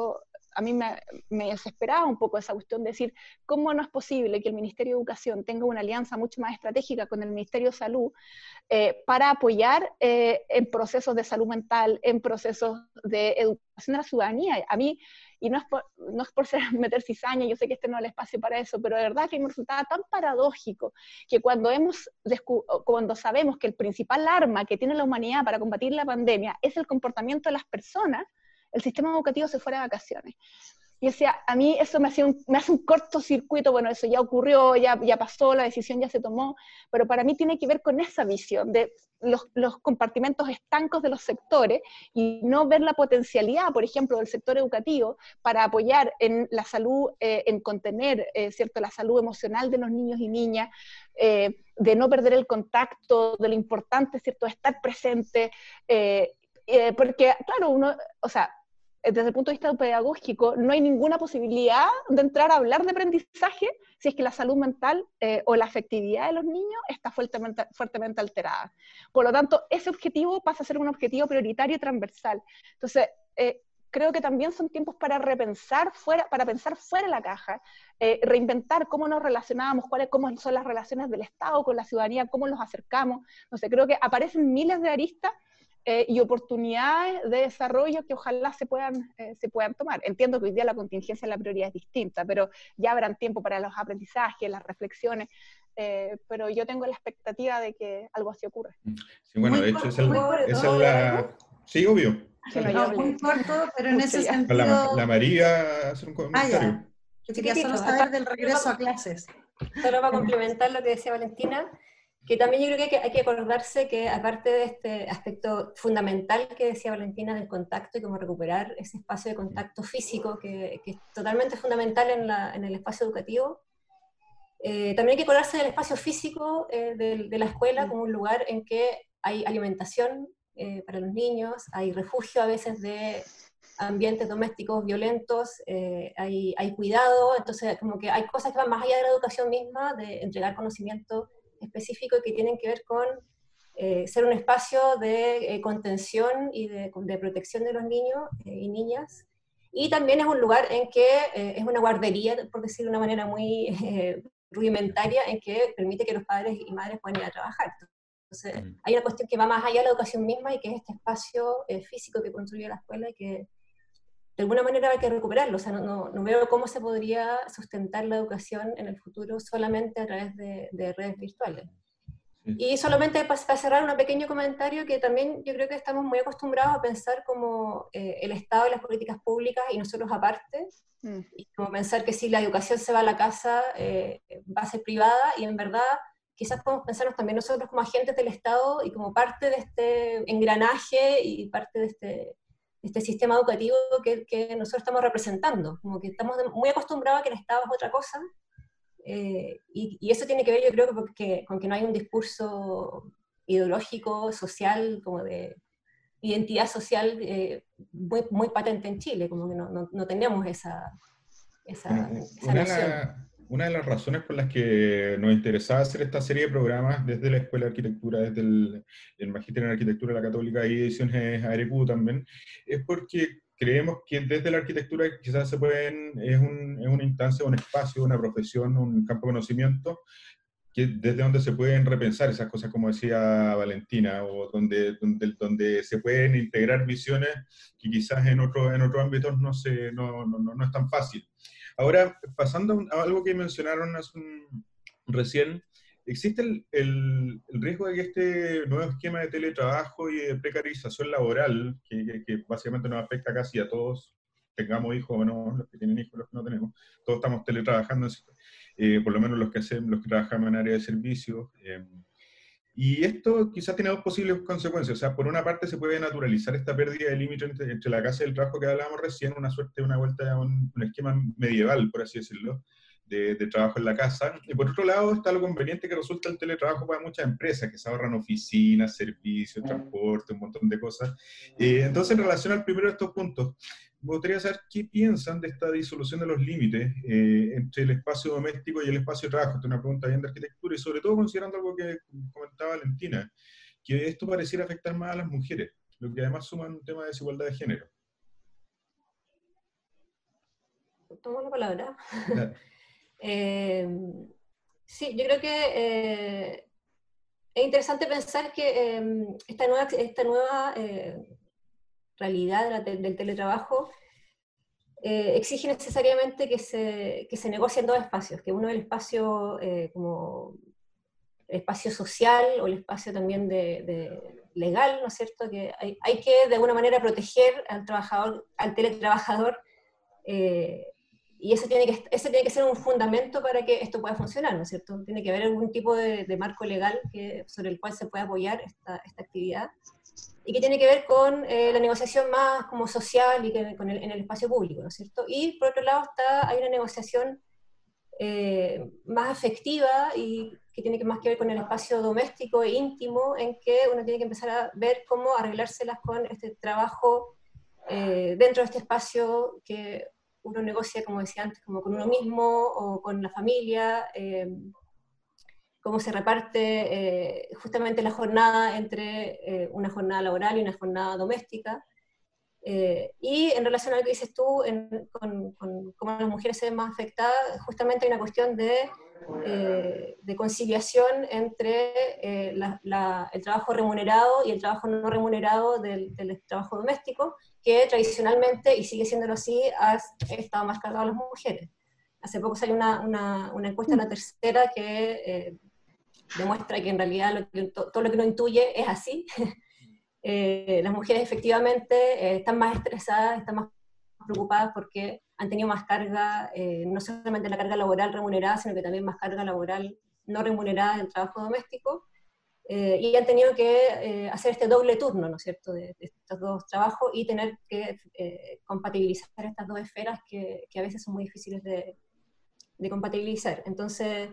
a mí me, me desesperaba un poco esa cuestión de decir, ¿cómo no es posible que el Ministerio de Educación tenga una alianza mucho más estratégica con el Ministerio de Salud eh, para apoyar eh, en procesos de salud mental, en procesos de educación de la ciudadanía? A mí, y no es por, no es por ser, meter cizaña, yo sé que este no es el espacio para eso, pero de verdad que me resultaba tan paradójico que cuando, hemos cuando sabemos que el principal arma que tiene la humanidad para combatir la pandemia es el comportamiento de las personas, el sistema educativo se fuera de vacaciones. Y o sea, a mí eso me hace un, me hace un cortocircuito. Bueno, eso ya ocurrió, ya, ya pasó, la decisión ya se tomó, pero para mí tiene que ver con esa visión de los, los compartimentos estancos de los sectores y no ver la potencialidad, por ejemplo, del sector educativo para apoyar en la salud, eh, en contener, eh, ¿cierto?, la salud emocional de los niños y niñas, eh, de no perder el contacto, de lo importante, ¿cierto?, de estar presente, eh, eh, porque, claro, uno, o sea, desde el punto de vista pedagógico, no hay ninguna posibilidad de entrar a hablar de aprendizaje si es que la salud mental eh, o la afectividad de los niños está fuertemente, fuertemente alterada. Por lo tanto, ese objetivo pasa a ser un objetivo prioritario y transversal. Entonces, eh, creo que también son tiempos para repensar, fuera, para pensar fuera de la caja, eh, reinventar cómo nos relacionamos, cuáles cómo son las relaciones del Estado con la ciudadanía, cómo nos acercamos. No sé, creo que aparecen miles de aristas Eh, y oportunidades de desarrollo que ojalá se puedan, eh, se puedan tomar. Entiendo que hoy día la contingencia de la prioridad es distinta, pero ya habrán tiempo para los aprendizajes, las reflexiones, eh, pero yo tengo la expectativa de que algo así ocurra. Sí, bueno, muy de hecho corto, esa es, muy el, esa corto, es la... Sí, obvio. Sí, no, no, muy corto, pero en ese ya. sentido... La, la María hace un comentario. Ah, ya. Yo quería solo saber del regreso a clases. Solo para complementar lo que decía Valentina, que también yo creo que hay, que hay que acordarse que aparte de este aspecto fundamental que decía Valentina del contacto y cómo recuperar ese espacio de contacto físico que, que es totalmente fundamental en, la, en el espacio educativo, eh, también hay que acordarse del espacio físico eh, de, de la escuela como un lugar en que hay alimentación eh, para los niños, hay refugio a veces de ambientes domésticos violentos, eh, hay, hay cuidado, entonces como que hay cosas que van más allá de la educación misma, de entregar conocimiento específico y que tienen que ver con eh, ser un espacio de eh, contención y de, de protección de los niños eh, y niñas. Y también es un lugar en que eh, es una guardería, por decirlo de una manera muy eh, rudimentaria, en que permite que los padres y madres puedan ir a trabajar. Entonces, mm. hay una cuestión que va más allá de la educación misma y que es este espacio eh, físico que construye la escuela y que de alguna manera hay que recuperarlo. O sea, no, no, no veo cómo se podría sustentar la educación en el futuro solamente a través de, de redes virtuales. Sí. Y solamente para, para cerrar un pequeño comentario, que también yo creo que estamos muy acostumbrados a pensar como eh, el Estado y las políticas públicas y nosotros aparte, mm. y como pensar que si la educación se va a la casa eh, va a ser privada, y en verdad quizás podemos pensarnos también nosotros como agentes del Estado y como parte de este engranaje y parte de este, este sistema educativo que, que nosotros estamos representando, como que estamos muy acostumbrados a que el Estado es otra cosa, eh, y, y eso tiene que ver, yo creo, porque, con que no hay un discurso ideológico, social, como de identidad social eh, muy, muy patente en Chile, como que no, no, no tenemos esa, esa, bueno, esa una, noción. La, una de las razones por las que nos interesaba hacer esta serie de programas desde la Escuela de Arquitectura, desde el, el Magíster en Arquitectura de la Católica y Ediciones A R Q también, es porque creemos que desde la arquitectura quizás se pueden, es, un, es una instancia, un espacio, una profesión, un campo de conocimiento, que desde donde se pueden repensar esas cosas, como decía Valentina, o donde, donde, donde se pueden integrar visiones que quizás en, otro, en otros ámbitos no, se, no, no, no es tan fácil. Ahora, pasando a algo que mencionaron hace un, recién, ¿existe el, el, el riesgo de que este nuevo esquema de teletrabajo y de precarización laboral, que, que, que básicamente nos afecta casi a todos, tengamos hijos o no, los que tienen hijos, los que no tenemos, todos estamos teletrabajando, eh, por lo menos los que, hacen, los que trabajamos en área de servicios, eh, y esto quizás tiene dos posibles consecuencias. O sea, por una parte se puede naturalizar esta pérdida de límite entre, entre la casa y el trabajo que hablábamos recién, una suerte, una vuelta a un, un esquema medieval, por así decirlo, de, de trabajo en la casa. Y por otro lado está lo conveniente que resulta el teletrabajo para muchas empresas, que se ahorran oficinas, servicios, transporte, un montón de cosas. Eh, entonces, en relación al primero de estos puntos, me gustaría saber qué piensan de esta disolución de los límites eh, entre el espacio doméstico y el espacio de trabajo. Esta es una pregunta bien de arquitectura, y sobre todo considerando algo que comentaba Valentina, que esto pareciera afectar más a las mujeres, lo que además suma un tema de desigualdad de género. tomo la palabra. eh, sí, yo creo que eh, es interesante pensar que eh, esta nueva, esta nueva eh, realidad de la, del teletrabajo eh, exige necesariamente que se, que se negocien dos espacios, que uno es el espacio eh, como el espacio social o el espacio también de, de legal, ¿no es cierto? Que hay, hay que de alguna manera proteger al trabajador, al teletrabajador, eh, y eso tiene, que, ese tiene que ser un fundamento para que esto pueda funcionar, ¿no es cierto? Tiene que haber algún tipo de, de marco legal que, sobre el cual se pueda apoyar esta, esta actividad, y que tiene que ver con eh, la negociación más como social y que, con el, en el espacio público, ¿no es cierto? Y por otro lado está, hay una negociación eh, más afectiva y que tiene que más que ver con el espacio doméstico e íntimo, en que uno tiene que empezar a ver cómo arreglárselas con este trabajo eh, dentro de este espacio que uno negocia, como decía antes, como con uno mismo o con la familia, eh, cómo se reparte eh, justamente la jornada entre eh, una jornada laboral y una jornada doméstica. Eh, y en relación a lo que dices tú, en, con, con cómo las mujeres se ven más afectadas, justamente hay una cuestión de, eh, de conciliación entre eh, la, la, el trabajo remunerado y el trabajo no remunerado del, del trabajo doméstico, que tradicionalmente, y sigue siéndolo así, ha estado más cargado a las mujeres. Hace poco salió una, una, una encuesta, una tercera, que eh, demuestra que en realidad lo que, todo lo que uno intuye es así. Eh, las mujeres efectivamente eh, están más estresadas, están más preocupadas porque han tenido más carga, eh, no solamente la carga laboral remunerada, sino que también más carga laboral no remunerada del trabajo doméstico, eh, y han tenido que eh, hacer este doble turno, ¿no es cierto?, de, de estos dos trabajos, y tener que eh, compatibilizar estas dos esferas que, que a veces son muy difíciles de, de compatibilizar. Entonces,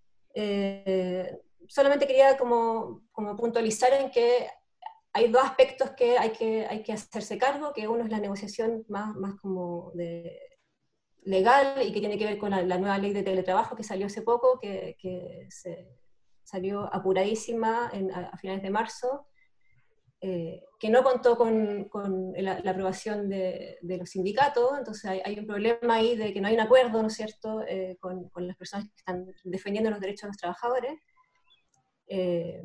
eh, solamente quería como, como puntualizar en que hay dos aspectos que hay que, hay que hacerse cargo, que uno es la negociación más, más como de legal y que tiene que ver con la, la nueva ley de teletrabajo que salió hace poco, que, que se salió apuradísima en, a, a finales de marzo, eh, que no contó con, con la, la aprobación de, de los sindicatos, entonces hay, hay un problema ahí de que no hay un acuerdo, ¿no es cierto?, eh, con, con las personas que están defendiendo los derechos de los trabajadores. Eh,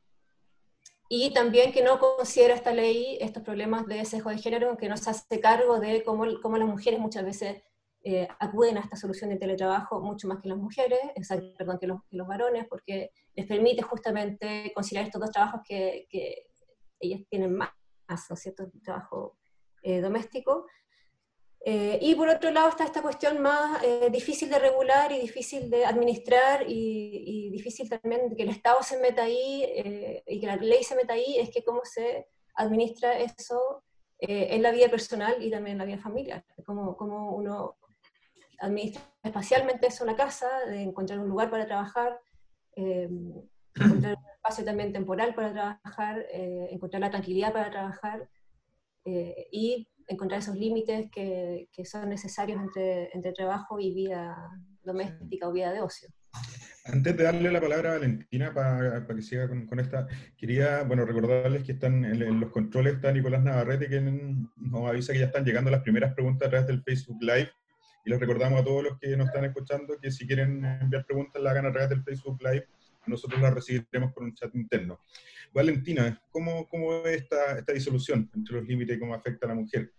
Y también que no considera esta ley estos problemas de sesgo de género, que no se hace cargo de cómo, cómo las mujeres muchas veces eh, acuden a esta solución de teletrabajo mucho más que las mujeres, o sea, perdón, que los, que los varones, porque les permite justamente conciliar estos dos trabajos que, que ellas tienen más, ¿no es cierto?, el trabajo eh, doméstico. Eh, y por otro lado está esta cuestión más eh, difícil de regular y difícil de administrar y, y difícil también de que el Estado se meta ahí eh, y que la ley se meta ahí, es que cómo se administra eso eh, en la vida personal y también en la vida familiar. Cómo, cómo uno administra espacialmente eso en la casa, de encontrar un lugar para trabajar, eh, encontrar un espacio también temporal para trabajar, eh, encontrar la tranquilidad para trabajar eh, y encontrar esos límites que, que son necesarios entre, entre trabajo y vida doméstica o vida de ocio. Antes de darle la palabra a Valentina para, para que siga con, con esta, quería bueno, recordarles que están en, en los controles está Nicolás Navarrete, que nos avisa que ya están llegando las primeras preguntas a través del Facebook Live, y les recordamos a todos los que nos están escuchando que si quieren enviar preguntas la hagan a través del Facebook Live, nosotros las recibiremos por un chat interno. Valentina, ¿cómo, cómo es esta, esta disolución entre los límites y cómo afecta a la mujer?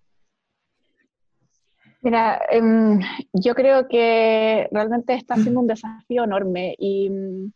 Mira, um, yo creo que realmente está siendo un desafío enorme y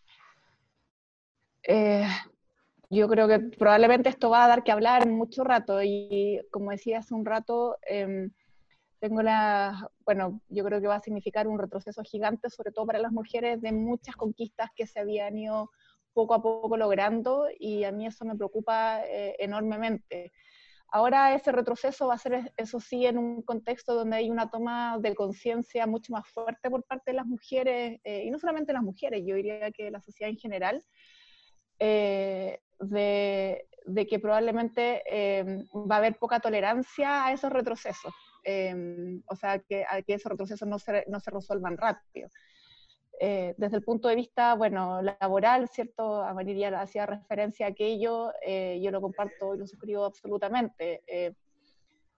eh, yo creo que probablemente esto va a dar que hablar mucho rato y como decía hace un rato, eh, tengo la, bueno, yo creo que va a significar un retroceso gigante, sobre todo para las mujeres, de muchas conquistas que se habían ido poco a poco logrando, y a mí eso me preocupa eh, enormemente. Ahora ese retroceso va a ser, eso sí, en un contexto donde hay una toma de conciencia mucho más fuerte por parte de las mujeres, eh, y no solamente las mujeres, yo diría que la sociedad en general, eh, de, de que probablemente eh, va a haber poca tolerancia a esos retrocesos. Eh, o sea, que, a que esos retrocesos no se, no se resuelvan rápido. Eh, desde el punto de vista, bueno, laboral, ¿cierto? Amarilia hacía referencia a aquello, eh, yo lo comparto y lo suscribo absolutamente. Eh,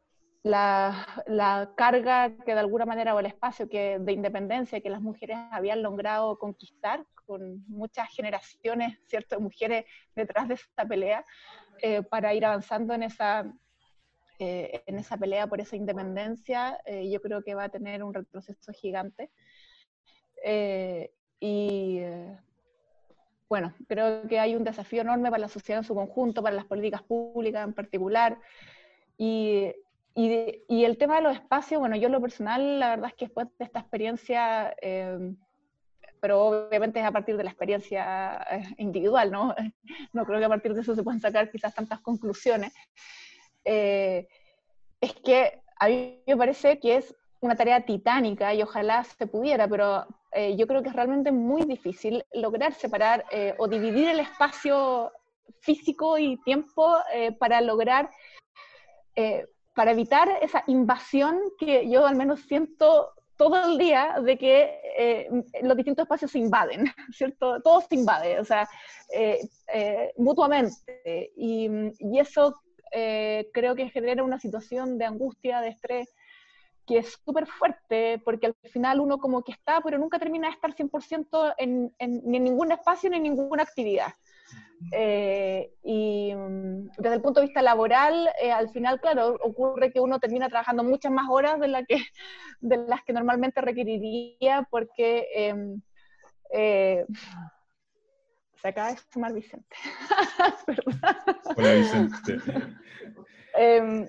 la, la carga que de alguna manera, o el espacio que, de independencia que las mujeres habían logrado conquistar, con muchas generaciones, ¿cierto?, de mujeres detrás de esta pelea, eh, para ir avanzando en esa, eh, en esa pelea por esa independencia, eh, yo creo que va a tener un retroceso gigante. Eh, y eh, bueno, creo que hay un desafío enorme para la sociedad en su conjunto, para las políticas públicas en particular, y, y, y el tema de los espacios, bueno, yo en lo personal, la verdad es que después de esta experiencia, eh, pero obviamente es a partir de la experiencia individual, ¿no? No creo que a partir de eso se puedan sacar quizás tantas conclusiones, eh, es que a mí me parece que es una tarea titánica y ojalá se pudiera, pero eh, yo creo que es realmente muy difícil lograr separar eh, o dividir el espacio físico y tiempo eh, para lograr, eh, para evitar esa invasión que yo al menos siento todo el día de que eh, los distintos espacios se invaden, ¿cierto? Todo se invade, o sea, eh, eh, mutuamente, y, y eso eh, creo que genera una situación de angustia, de estrés, que es súper fuerte, porque al final uno como que está, pero nunca termina de estar cien por ciento en, en, ni en ningún espacio ni en ninguna actividad. Eh, y desde el punto de vista laboral, eh, al final, claro, ocurre que uno termina trabajando muchas más horas de, la que, de las que normalmente requeriría, porque eh, eh, se acaba de sumar Vicente. Hola, Vicente. eh,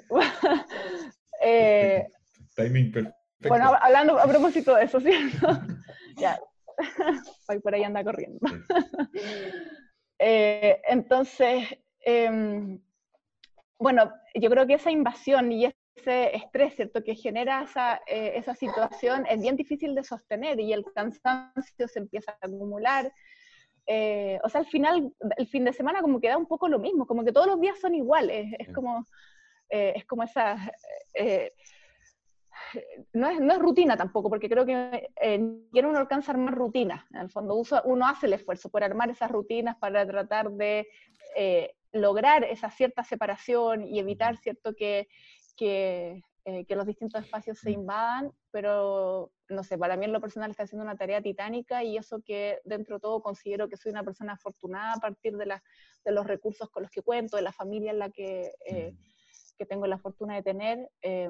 eh, Timing perfecto. Bueno, hablando a propósito de eso, ¿cierto? Ya, hoy por ahí anda corriendo. Sí. Eh, entonces, eh, bueno, yo creo que esa invasión y ese estrés, ¿cierto?, que genera esa, eh, esa situación es bien difícil de sostener y el cansancio se empieza a acumular. Eh, o sea, al final, el fin de semana como que da un poco lo mismo, como que todos los días son iguales, es como, eh, es como esa... Eh, No es, no es rutina tampoco, porque creo que eh, quiere uno alcanza a armar rutinas. En el fondo uso, uno hace el esfuerzo por armar esas rutinas para tratar de eh, lograr esa cierta separación y evitar, ¿cierto?, que, que, eh, que los distintos espacios se invadan, pero no sé, para mí en lo personal está haciendo una tarea titánica y eso que dentro de todo considero que soy una persona afortunada a partir de, la, de los recursos con los que cuento, de la familia en la que, eh, que tengo la fortuna de tener. Eh,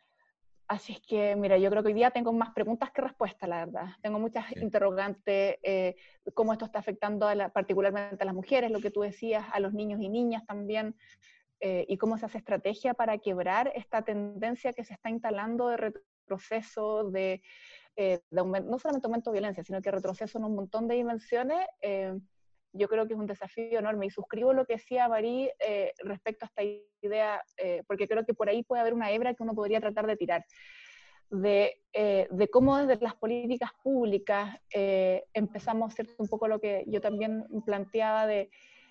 Así es que, mira, yo creo que hoy día tengo más preguntas que respuestas, la verdad. Tengo muchas sí. interrogantes, eh, cómo esto está afectando a la, particularmente a las mujeres, lo que tú decías, a los niños y niñas también, eh, y cómo se hace estrategia para quebrar esta tendencia que se está instalando de retroceso, de, eh, de aumento, no solamente aumento de violencia, sino que retroceso en un montón de dimensiones. Eh, yo creo que es un desafío enorme y suscribo lo que decía Marí eh, respecto a esta idea, eh, porque creo que por ahí puede haber una hebra que uno podría tratar de tirar, de, eh, de cómo desde las políticas públicas eh, empezamos, ¿cierto?, un poco lo que yo también planteaba de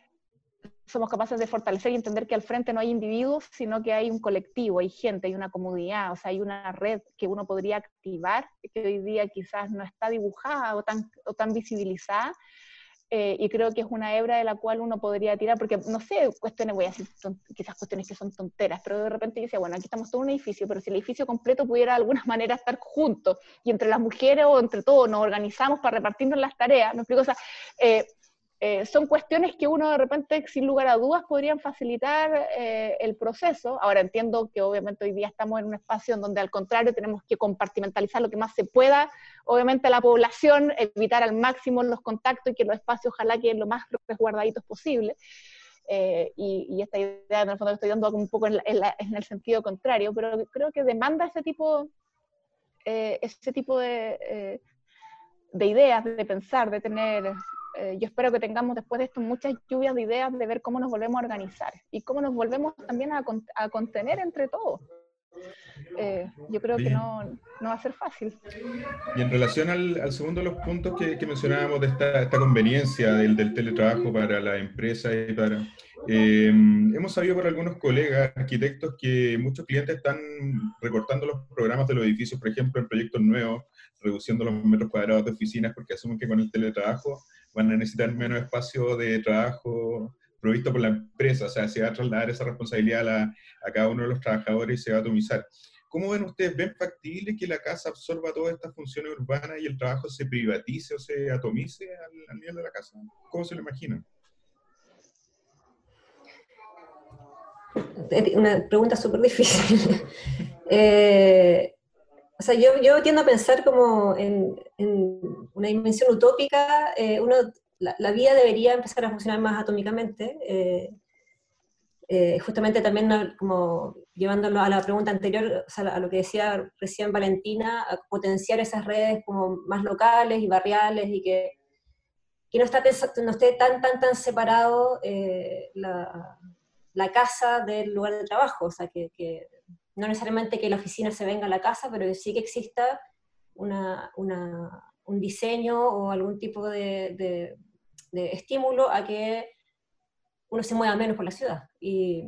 somos capaces de fortalecer y entender que al frente no hay individuos, sino que hay un colectivo, hay gente, hay una comunidad, o sea, hay una red que uno podría activar, que hoy día quizás no está dibujada o tan, o tan visibilizada. Eh, y creo que es una hebra de la cual uno podría tirar, porque no sé, cuestiones, voy a decir son, quizás cuestiones que son tonteras, pero de repente yo decía, bueno, aquí estamos todo un edificio, pero si el edificio completo pudiera de alguna manera estar juntos, y entre las mujeres o entre todos nos organizamos para repartirnos las tareas, ¿me explico? O sea, eh, eh, son cuestiones que uno de repente, sin lugar a dudas, podrían facilitar eh, el proceso. Ahora entiendo que obviamente hoy día estamos en un espacio en donde al contrario tenemos que compartimentalizar lo que más se pueda, obviamente la población, evitar al máximo los contactos y que los espacios ojalá queden lo más resguardaditos posible. Eh, y, y esta idea en el fondo estoy dando un poco en, la, en, la, en el sentido contrario, pero creo que demanda ese tipo, eh, ese tipo de, eh, de ideas, de pensar, de tener... Eh, yo espero que tengamos después de esto muchas lluvias de ideas de ver cómo nos volvemos a organizar y cómo nos volvemos también a, con, a contener entre todos. Eh, yo creo Bien. que no, no va a ser fácil. Y en relación al, al segundo de los puntos que, que mencionábamos de esta, esta conveniencia del, del teletrabajo para la empresa y para... Eh, hemos sabido por algunos colegas arquitectos que muchos clientes están recortando los programas de los edificios, por ejemplo, en proyectos nuevos, reduciendo los metros cuadrados de oficinas porque asumen que con el teletrabajo van a necesitar menos espacio de trabajo provisto por la empresa, o sea, se va a trasladar esa responsabilidad a, la, a cada uno de los trabajadores y se va a atomizar. ¿Cómo ven ustedes? ¿Ven factible que la casa absorba todas estas funciones urbanas y el trabajo se privatice o se atomice al, al nivel de la casa? ¿Cómo se lo imaginan? Una pregunta súper difícil. eh, o sea, yo, yo tiendo a pensar como en, en una dimensión utópica. Eh, uno, la, la vida debería empezar a funcionar más atómicamente. Eh, eh, justamente también como llevándolo a la pregunta anterior, o sea, a lo que decía recién Valentina, a potenciar esas redes como más locales y barriales y que, que no, está no esté tan, tan, tan separado eh, la, la casa del lugar de trabajo, o sea, que, que no necesariamente que la oficina se venga a la casa, pero sí que exista una, una, un diseño o algún tipo de, de, de estímulo a que uno se mueva menos por la ciudad. Y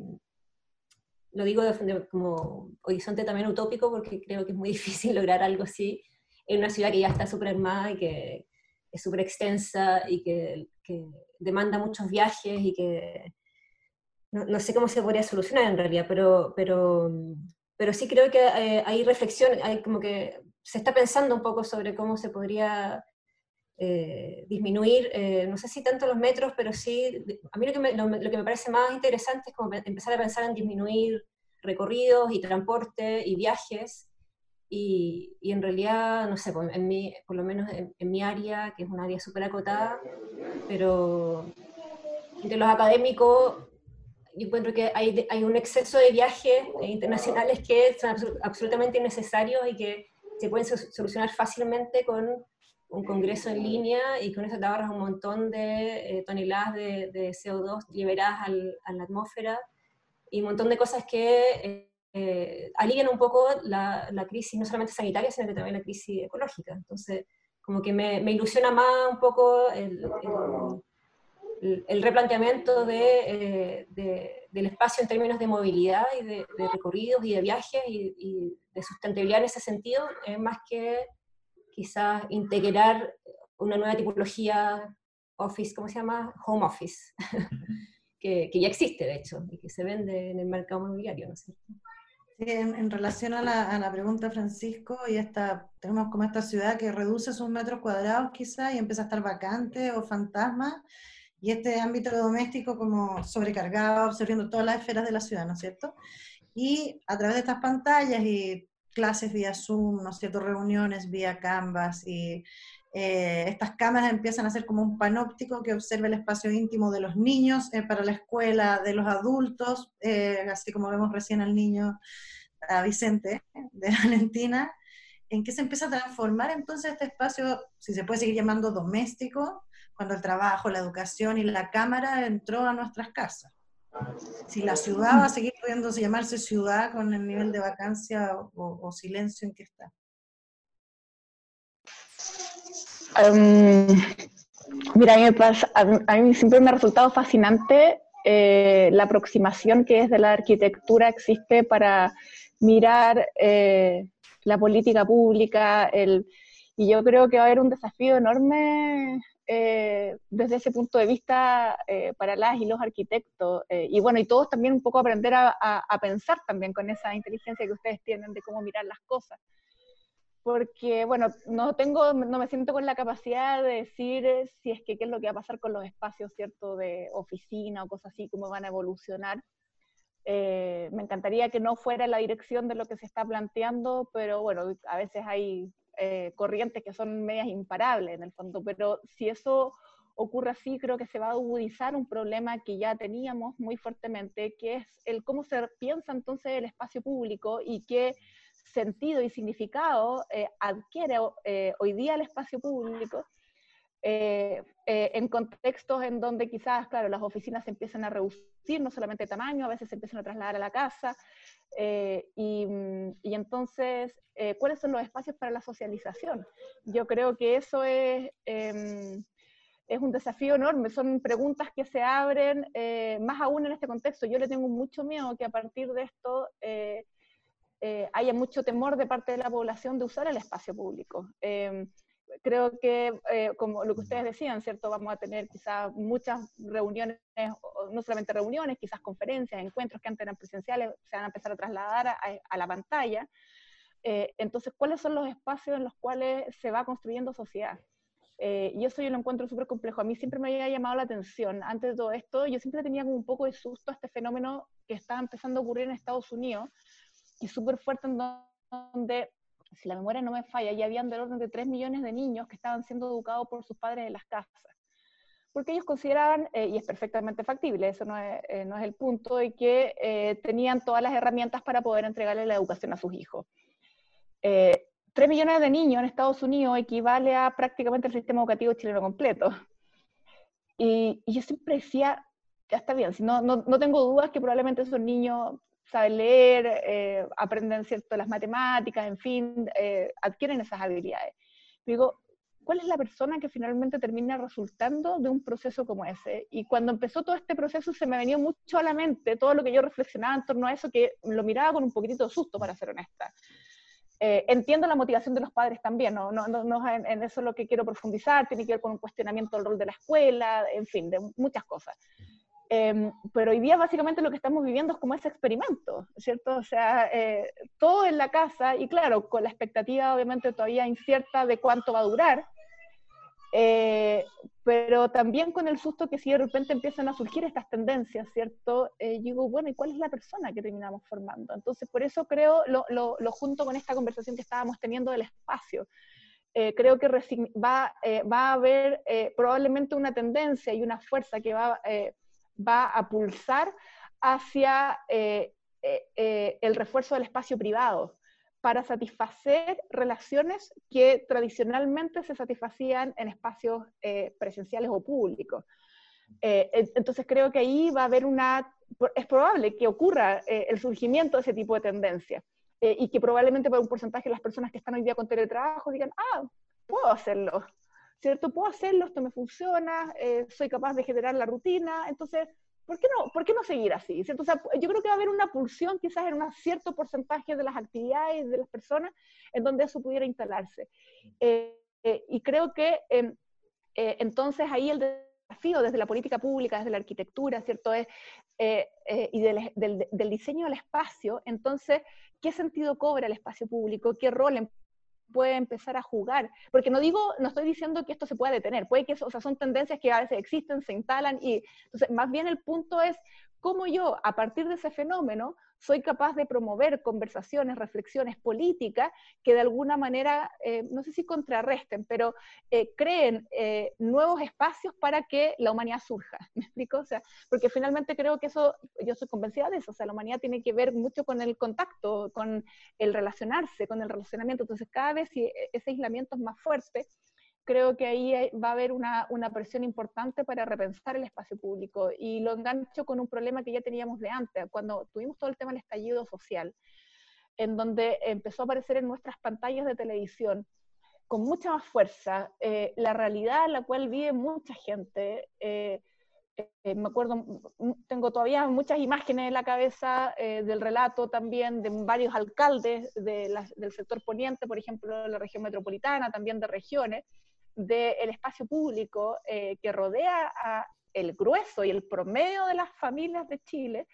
lo digo de, de, como horizonte también utópico, porque creo que es muy difícil lograr algo así en una ciudad que ya está súper armada y que es súper extensa y que, que demanda muchos viajes y que no, no sé cómo se podría solucionar en realidad, pero, pero, pero sí creo que eh, hay reflexión, hay como que se está pensando un poco sobre cómo se podría eh, disminuir, eh, no sé si tanto los metros, pero sí, a mí lo que, me, lo, lo que me parece más interesante es como empezar a pensar en disminuir recorridos y transporte y viajes, y, y en realidad, no sé, en mi, por lo menos en, en mi área, que es un área súper acotada, pero de los académicos, yo encuentro que hay, hay un exceso de viajes internacionales que son absolutamente innecesarios y que se pueden solucionar fácilmente con un congreso en línea, y con eso te ahorras un montón de eh, toneladas de, de C O dos liberadas al, a la atmósfera, y un montón de cosas que eh, eh, alivian un poco la, la crisis, no solamente sanitaria, sino que también la crisis ecológica. Entonces, como que me, me ilusiona más un poco el, el el replanteamiento de, eh, de, del espacio en términos de movilidad y de, de recorridos y de viajes y, y de sustentabilidad en ese sentido, eh, más que quizás integrar una nueva tipología office, ¿cómo se llama? Home office, que, que ya existe de hecho y que se vende en el mercado inmobiliario, ¿no es cierto? Sí, en, en relación a la, a la pregunta, Francisco, y esta, tenemos como esta ciudad que reduce sus metros cuadrados quizá y empieza a estar vacante o fantasma, y este ámbito doméstico como sobrecargado, absorbiendo todas las esferas de la ciudad, ¿no es cierto? Y a través de estas pantallas y clases vía Zoom, ¿no es cierto?, reuniones vía Canvas, y eh, estas cámaras empiezan a ser como un panóptico que observa el espacio íntimo de los niños eh, para la escuela, de los adultos, eh, así como vemos recién al niño, a Vicente, de Valentina, en que se empieza a transformar entonces este espacio, si se puede seguir llamando doméstico, cuando el trabajo, la educación y la cámara entró a nuestras casas. Si la ciudad va a seguir pudiéndose llamarse ciudad con el nivel de vacancia o, o silencio en que está. Um, mira, a mí, me pasa, a, mí, a mí siempre me ha resultado fascinante eh, la aproximación que desde la arquitectura existe para mirar eh, la política pública, el, y yo creo que va a haber un desafío enorme eh, desde ese punto de vista eh, para las y los arquitectos, eh, y bueno, y todos también un poco aprender a, a, a pensar también con esa inteligencia que ustedes tienen de cómo mirar las cosas. Porque, bueno, no tengo, no me siento con la capacidad de decir si es que qué es lo que va a pasar con los espacios, ¿cierto?, de oficina o cosas así, cómo van a evolucionar. Eh, me encantaría que no fuera la dirección de lo que se está planteando, pero bueno, a veces hay eh, corrientes que son medias imparables en el fondo, pero si eso ocurre así, creo que se va a agudizar un problema que ya teníamos muy fuertemente, que es el cómo se piensa entonces el espacio público y qué sentido y significado eh, adquiere eh, hoy día el espacio público eh, eh, en contextos en donde quizás, claro, las oficinas se empiezan a reducir, no solamente de tamaño, a veces se empiezan a trasladar a la casa, eh, y, y entonces, eh, ¿cuáles son los espacios para la socialización? Yo creo que eso es... Eh, es un desafío enorme, son preguntas que se abren, eh, más aún en este contexto. Yo le tengo mucho miedo que a partir de esto eh, eh, haya mucho temor de parte de la población de usar el espacio público. Eh, creo que, eh, como lo que ustedes decían, ¿cierto? Vamos a tener quizás muchas reuniones, no solamente reuniones, quizás conferencias, encuentros que antes eran presenciales, se van a empezar a trasladar a, a la pantalla. Eh, entonces, ¿cuáles son los espacios en los cuales se va construyendo sociedad? Eh, y eso yo lo encuentro súper complejo. A mí siempre me había llamado la atención. Antes de todo esto, yo siempre tenía como un poco de susto a este fenómeno que estaba empezando a ocurrir en Estados Unidos, y súper fuerte, en donde, si la memoria no me falla, ya habían del orden de tres millones de niños que estaban siendo educados por sus padres en las casas. Porque ellos consideraban, eh, y es perfectamente factible, eso no es, eh, no es el punto, de que eh, tenían todas las herramientas para poder entregarle la educación a sus hijos. Eh, tres millones de niños en Estados Unidos equivale a prácticamente el sistema educativo chileno completo. Y, y yo siempre decía, ya está bien, si no, no, no tengo dudas que probablemente esos niños saben leer, eh, aprenden, ¿cierto?, las matemáticas, en fin, eh, adquieren esas habilidades. Digo, ¿cuál es la persona que finalmente termina resultando de un proceso como ese? Y cuando empezó todo este proceso se me venía mucho a la mente todo lo que yo reflexionaba en torno a eso, que lo miraba con un poquitito de susto, para ser honesta. Eh, entiendo la motivación de los padres también, no, no, no, no en, en eso es lo que quiero profundizar, tiene que ver con un cuestionamiento del rol de la escuela, en fin, de muchas cosas. Eh, pero hoy día básicamente lo que estamos viviendo es como ese experimento, ¿cierto? O sea, eh, todo en la casa, y claro, con la expectativa obviamente todavía incierta de cuánto va a durar, eh, pero también con el susto que si de repente empiezan a surgir estas tendencias, ¿cierto? Eh, digo, bueno, ¿y cuál es la persona que terminamos formando? Entonces, por eso creo, lo, lo, lo junto con esta conversación que estábamos teniendo del espacio, eh, creo que va, eh, va a haber eh, probablemente una tendencia y una fuerza que va, eh, va a pulsar hacia eh, eh, eh, el refuerzo del espacio privado, para satisfacer relaciones que tradicionalmente se satisfacían en espacios eh, presenciales o públicos. Eh, entonces creo que ahí va a haber una, es probable que ocurra eh, el surgimiento de ese tipo de tendencia, eh, y que probablemente para un porcentaje de las personas que están hoy día con teletrabajo digan, ah, puedo hacerlo, ¿cierto? Puedo hacerlo, esto me funciona, eh, soy capaz de generar la rutina, entonces, ¿por qué no, por qué no seguir así? ¿Cierto? O sea, yo creo que va a haber una pulsión quizás en un cierto porcentaje de las actividades de las personas en donde eso pudiera instalarse. Eh, eh, y creo que eh, eh, entonces ahí el desafío desde la política pública, desde la arquitectura, ¿cierto? Es, eh, eh, y del, del, del diseño del espacio, entonces, ¿qué sentido cobra el espacio público? ¿Qué rol puede empezar a jugar? Porque no digo, no estoy diciendo que esto se pueda detener, puede que eso, o sea, son tendencias que a veces existen, se instalan, y entonces más bien el punto es cómo yo, a partir de ese fenómeno, soy capaz de promover conversaciones, reflexiones políticas que de alguna manera, eh, no sé si contrarresten, pero eh, creen eh, nuevos espacios para que la humanidad surja. ¿Me explico? O sea, porque finalmente creo que eso, yo soy convencida de eso, o sea, la humanidad tiene que ver mucho con el contacto, con el relacionarse, con el relacionamiento. Entonces, cada vez si ese aislamiento es más fuerte, creo que ahí va a haber una, una presión importante para repensar el espacio público. Y lo engancho con un problema que ya teníamos de antes, cuando tuvimos todo el tema del estallido social, en donde empezó a aparecer en nuestras pantallas de televisión con mucha más fuerza eh, la realidad en la cual vive mucha gente. Eh, eh, me acuerdo, tengo todavía muchas imágenes en la cabeza eh, del relato también de varios alcaldes de la, del sector poniente, por ejemplo, de la región metropolitana, también de regiones, del espacio público eh, que rodea a el grueso y el promedio de las familias de Chile,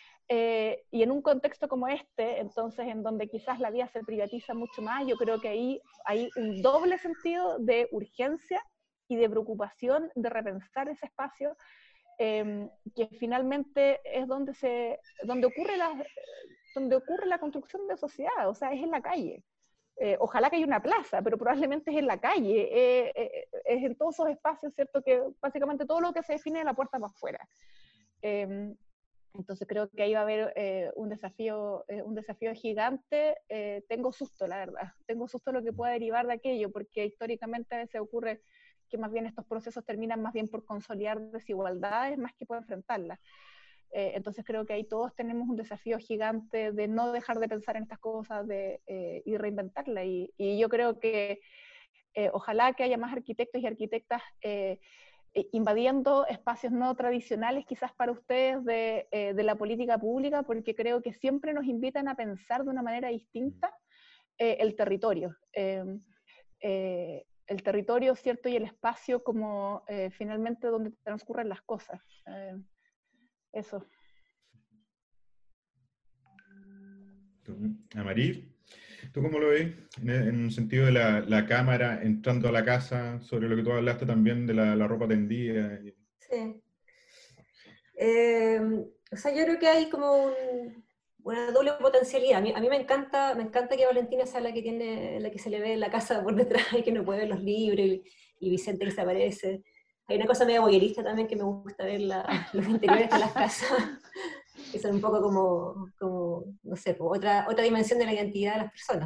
eh, y en un contexto como este, entonces en donde quizás la vida se privatiza mucho más, yo creo que ahí hay un doble sentido de urgencia y de preocupación de repensar ese espacio, eh, que finalmente es donde, se, donde, ocurre la, donde ocurre la construcción de sociedad, o sea, es en la calle. Eh, ojalá que haya una plaza, pero probablemente es en la calle, eh, eh, es en todos esos espacios, ¿cierto? Que básicamente todo lo que se define de la puerta para afuera. Eh, entonces creo que ahí va a haber eh, un, desafío, eh, un desafío gigante. Eh, tengo susto, la verdad, tengo susto de lo que pueda derivar de aquello, porque históricamente a veces ocurre que más bien estos procesos terminan más bien por consolidar desigualdades más que por enfrentarlas. Eh, entonces creo que ahí todos tenemos un desafío gigante de no dejar de pensar en estas cosas de, eh, y reinventarlas. Y, y yo creo que eh, ojalá que haya más arquitectos y arquitectas eh, invadiendo espacios no tradicionales quizás para ustedes de, eh, de la política pública, porque creo que siempre nos invitan a pensar de una manera distinta eh, el territorio. Eh, eh, el territorio, ¿cierto? Y el espacio como eh, finalmente donde transcurren las cosas. Eh, eso. Amarí, ¿tú cómo lo ves? En el, en el sentido de la, la cámara entrando a la casa, sobre lo que tú hablaste también de la, la ropa tendida. Sí. Eh, o sea, yo creo que hay como un, una doble potencialidad. A mí, a mí me encanta, me encanta que Valentina sea la que tiene, la que se le ve la casa por detrás y que no puede ver los libros, y, y Vicente que se aparece. Hay una cosa medio voyerista también que me gusta ver la, los interiores de las casas, que son un poco como, como no sé, otra, otra dimensión de la identidad de las personas.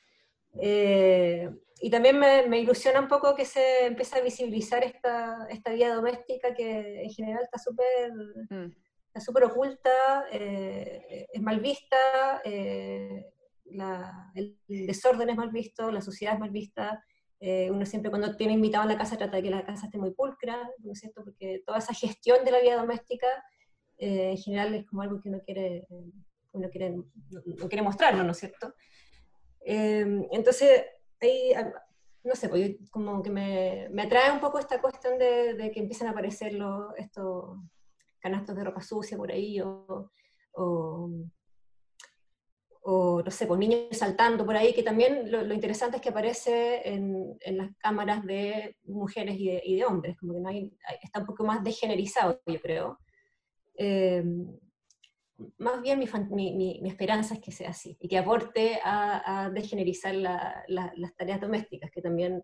Eh, y también me, me ilusiona un poco que se empiece a visibilizar esta, esta vida doméstica que en general está súper mm. está súper oculta, eh, es mal vista, eh, la, el desorden es mal visto, la sociedad es mal vista. Eh, uno siempre cuando tiene invitado a la casa trata de que la casa esté muy pulcra, ¿no es cierto? Porque toda esa gestión de la vida doméstica eh, en general es como algo que uno quiere, uno quiere, no, no quiere mostrarlo, ¿no es cierto? Eh, entonces, ahí, no sé, pues yo, como que me, me atrae un poco esta cuestión de, de que empiezan a aparecer los, estos canastos de ropa sucia por ahí, o, o, o no sé, pues niños saltando por ahí, que también lo, lo interesante es que aparece en, en las cámaras de mujeres y de, y de hombres, como que no hay, está un poco más degenerizado, yo creo. Eh, más bien mi, mi, mi esperanza es que sea así, y que aporte a, a degenerizar la, la, las tareas domésticas, que también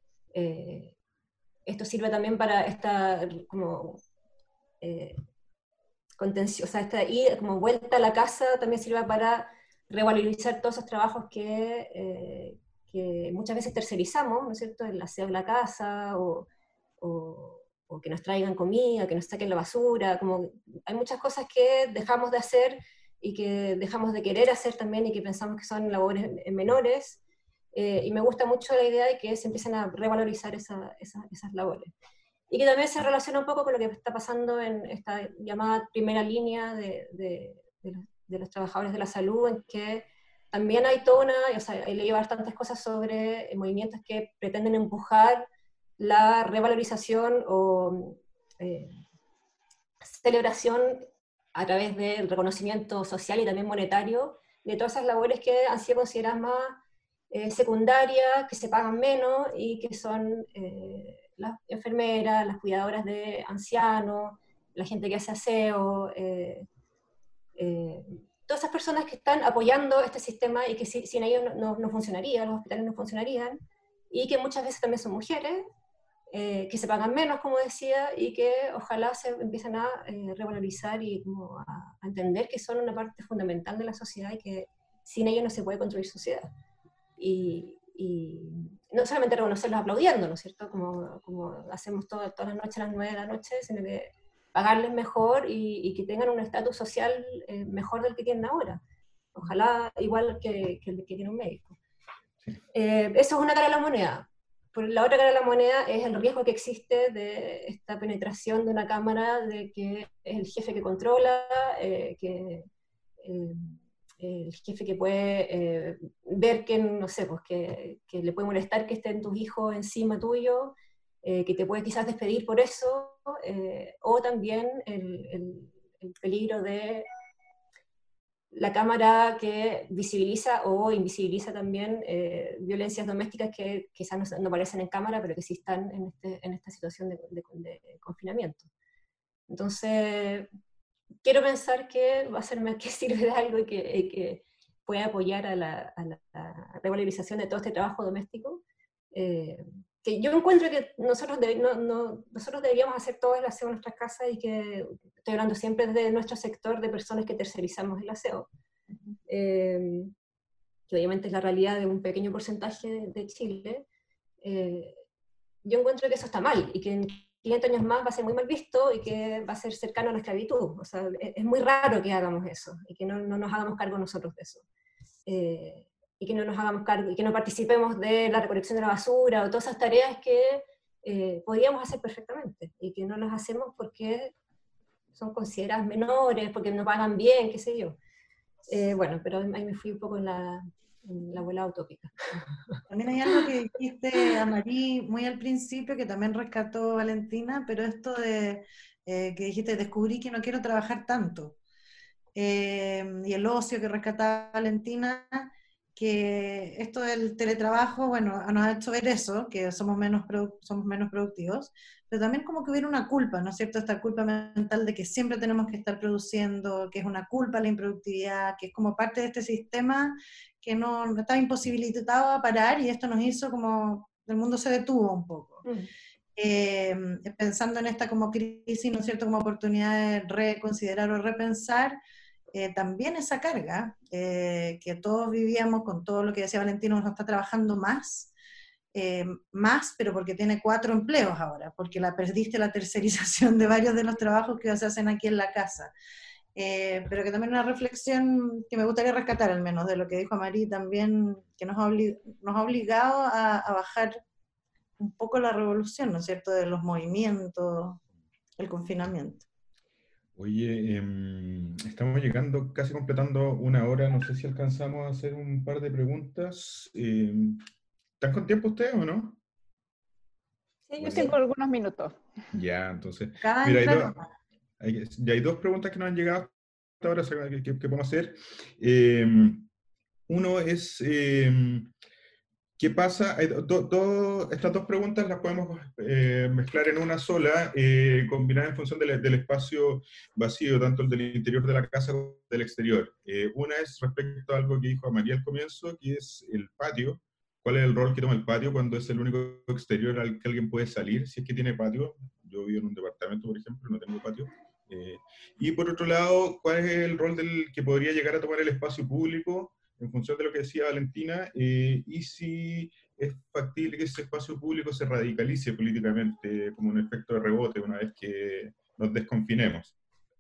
eh, esto sirve también para esta como eh, contención, o sea, esta ida, como vuelta a la casa también sirve para revalorizar todos esos trabajos que, eh, que muchas veces tercerizamos, ¿no es cierto?, el aseo de la casa, o, o o que nos traigan comida, que nos saquen la basura, como hay muchas cosas que dejamos de hacer y que dejamos de querer hacer también y que pensamos que son labores menores, eh, y me gusta mucho la idea de que se empiecen a revalorizar esa, esa, esas labores. Y que también se relaciona un poco con lo que está pasando en esta llamada primera línea de, de, de, los, de los trabajadores de la salud, en que también hay toda una, o sea, he leído bastantes cosas sobre movimientos que pretenden empujar la revalorización o eh, celebración a través del reconocimiento social y también monetario de todas esas labores que han sido consideradas más eh, secundarias, que se pagan menos, y que son eh, las enfermeras, las cuidadoras de ancianos, la gente que hace aseo, eh, eh, todas esas personas que están apoyando este sistema y que si, sin ellos no, no, no funcionaría, los hospitales no funcionarían, y que muchas veces también son mujeres, Eh, que se pagan menos, como decía, y que ojalá se empiecen a eh, revalorizar y como a, a entender que son una parte fundamental de la sociedad y que sin ellos no se puede construir sociedad. Y, y no solamente reconocerlos aplaudiendo, ¿no es cierto?, como, como hacemos todo, todas las noches a las nueve de la noche, sino que pagarles mejor y, y que tengan un estatus social eh, mejor del que tienen ahora. Ojalá igual que, que el que tiene un médico. Eh, eso es una cara de la moneda. Por la otra cara de la moneda es el riesgo que existe de esta penetración de una cámara, de que es el jefe que controla, eh, que eh, el jefe que puede eh, ver que, no sé, pues que, que le puede molestar que estén tus hijos encima tuyo, eh, que te puede quizás despedir por eso, eh, o también el, el, el peligro de la cámara que visibiliza o invisibiliza también eh, violencias domésticas que quizás no, no aparecen en cámara, pero que sí están en, este, en esta situación de, de, de confinamiento. Entonces, quiero pensar que va a ser que sirve de algo y que, y que puede apoyar a la, a la, a revalorización de todo este trabajo doméstico, eh, que yo encuentro que nosotros, de, no, no, nosotros deberíamos hacer todo el aseo en nuestras casas, y que estoy hablando siempre de nuestro sector de personas que tercerizamos el aseo, eh, que obviamente es la realidad de un pequeño porcentaje de, de Chile. Eh, yo encuentro que eso está mal, y que en quinientos años más va a ser muy mal visto y que va a ser cercano a la esclavitud. O sea, es, es muy raro que hagamos eso y que no, no nos hagamos cargo nosotros de eso. Eh, y que no nos hagamos cargo, y que no participemos de la recolección de la basura o todas esas tareas que eh, podríamos hacer perfectamente, y que no las hacemos porque son consideradas menores, porque no pagan bien, qué sé yo. Eh, bueno, pero ahí me fui un poco en la, la abuela utópica. También hay algo que dijiste, Amarí, muy al principio, que también rescató Valentina, pero esto de eh, que dijiste, descubrí que no quiero trabajar tanto. Eh, y el ocio que rescataba Valentina, que esto del teletrabajo, bueno, nos ha hecho ver eso, que somos menos, produ- somos menos productivos, pero también como que hubiera una culpa, ¿no es cierto? Esta culpa mental de que siempre tenemos que estar produciendo, que es una culpa la improductividad, que es como parte de este sistema que no, no estaba imposibilitado a parar, y esto nos hizo como, el mundo se detuvo un poco. Mm. Eh, pensando en esta como crisis, ¿no es cierto?, como oportunidad de reconsiderar o repensar eh, también esa carga, eh, que todos vivíamos con todo lo que decía Valentino, uno está trabajando más, eh, más, pero porque tiene cuatro empleos ahora, porque la perdiste la tercerización de varios de los trabajos que se hacen aquí en la casa. Eh, pero que también una reflexión que me gustaría rescatar, al menos, de lo que dijo Amarí también, que nos ha, obli nos ha obligado a, a bajar un poco la revolución, ¿no es cierto?, de los movimientos, el confinamiento. Oye, em, estamos llegando, casi completando una hora, no sé si alcanzamos a hacer un par de preguntas. Em, ¿están con tiempo ustedes o no? Sí, yo Yo sí. tengo algunos minutos. Ya, entonces, Cada mira, hay, entrar dos, hay, ya hay dos preguntas que nos han llegado hasta ahora, o sea, que, que- que podemos hacer. Em, uno es, em, ¿qué pasa? Hay do- do- do- estas dos preguntas las podemos eh, mezclar en una sola, eh, combinada en función del, del espacio vacío, tanto el del interior de la casa como del exterior. Eh, una es respecto a algo que dijo María al comienzo, que es el patio. ¿Cuál es el rol que toma el patio cuando es el único exterior al que alguien puede salir, si es que tiene patio? Yo vivo en un departamento, por ejemplo, no tengo patio. Eh, y por otro lado, ¿cuál es el rol del que podría llegar a tomar el espacio público en función de lo que decía Valentina, eh, y si es factible que ese espacio público se radicalice políticamente como un efecto de rebote una vez que nos desconfinemos?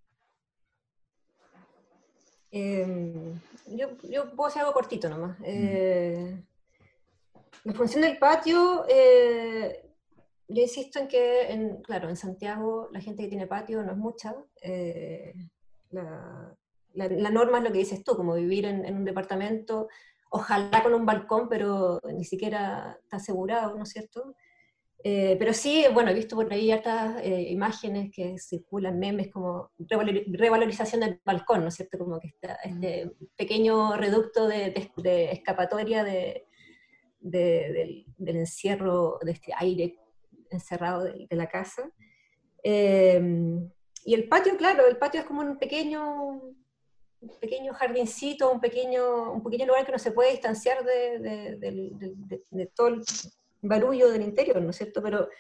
Eh, yo, yo puedo hacer algo cortito nomás. Mm. Eh, en función del patio, eh, yo insisto en que, en, claro, en Santiago la gente que tiene patio no es mucha. Eh, la, la, la norma es lo que dices tú, como vivir en, en un departamento, ojalá con un balcón, pero ni siquiera está asegurado, ¿no es cierto? Eh, pero sí, bueno, he visto por ahí hartas eh, imágenes que circulan, memes como revalor- revalorización del balcón, ¿no es cierto? Como que está este pequeño reducto de, de, de escapatoria de, de, del, del encierro, de este aire encerrado de, de la casa. Eh, y el patio, claro, el patio es como un pequeño, un pequeño jardincito, un pequeño, un pequeño lugar que no se puede distanciar de, de, de, de, de todo el barullo del interior, ¿no es cierto? Pero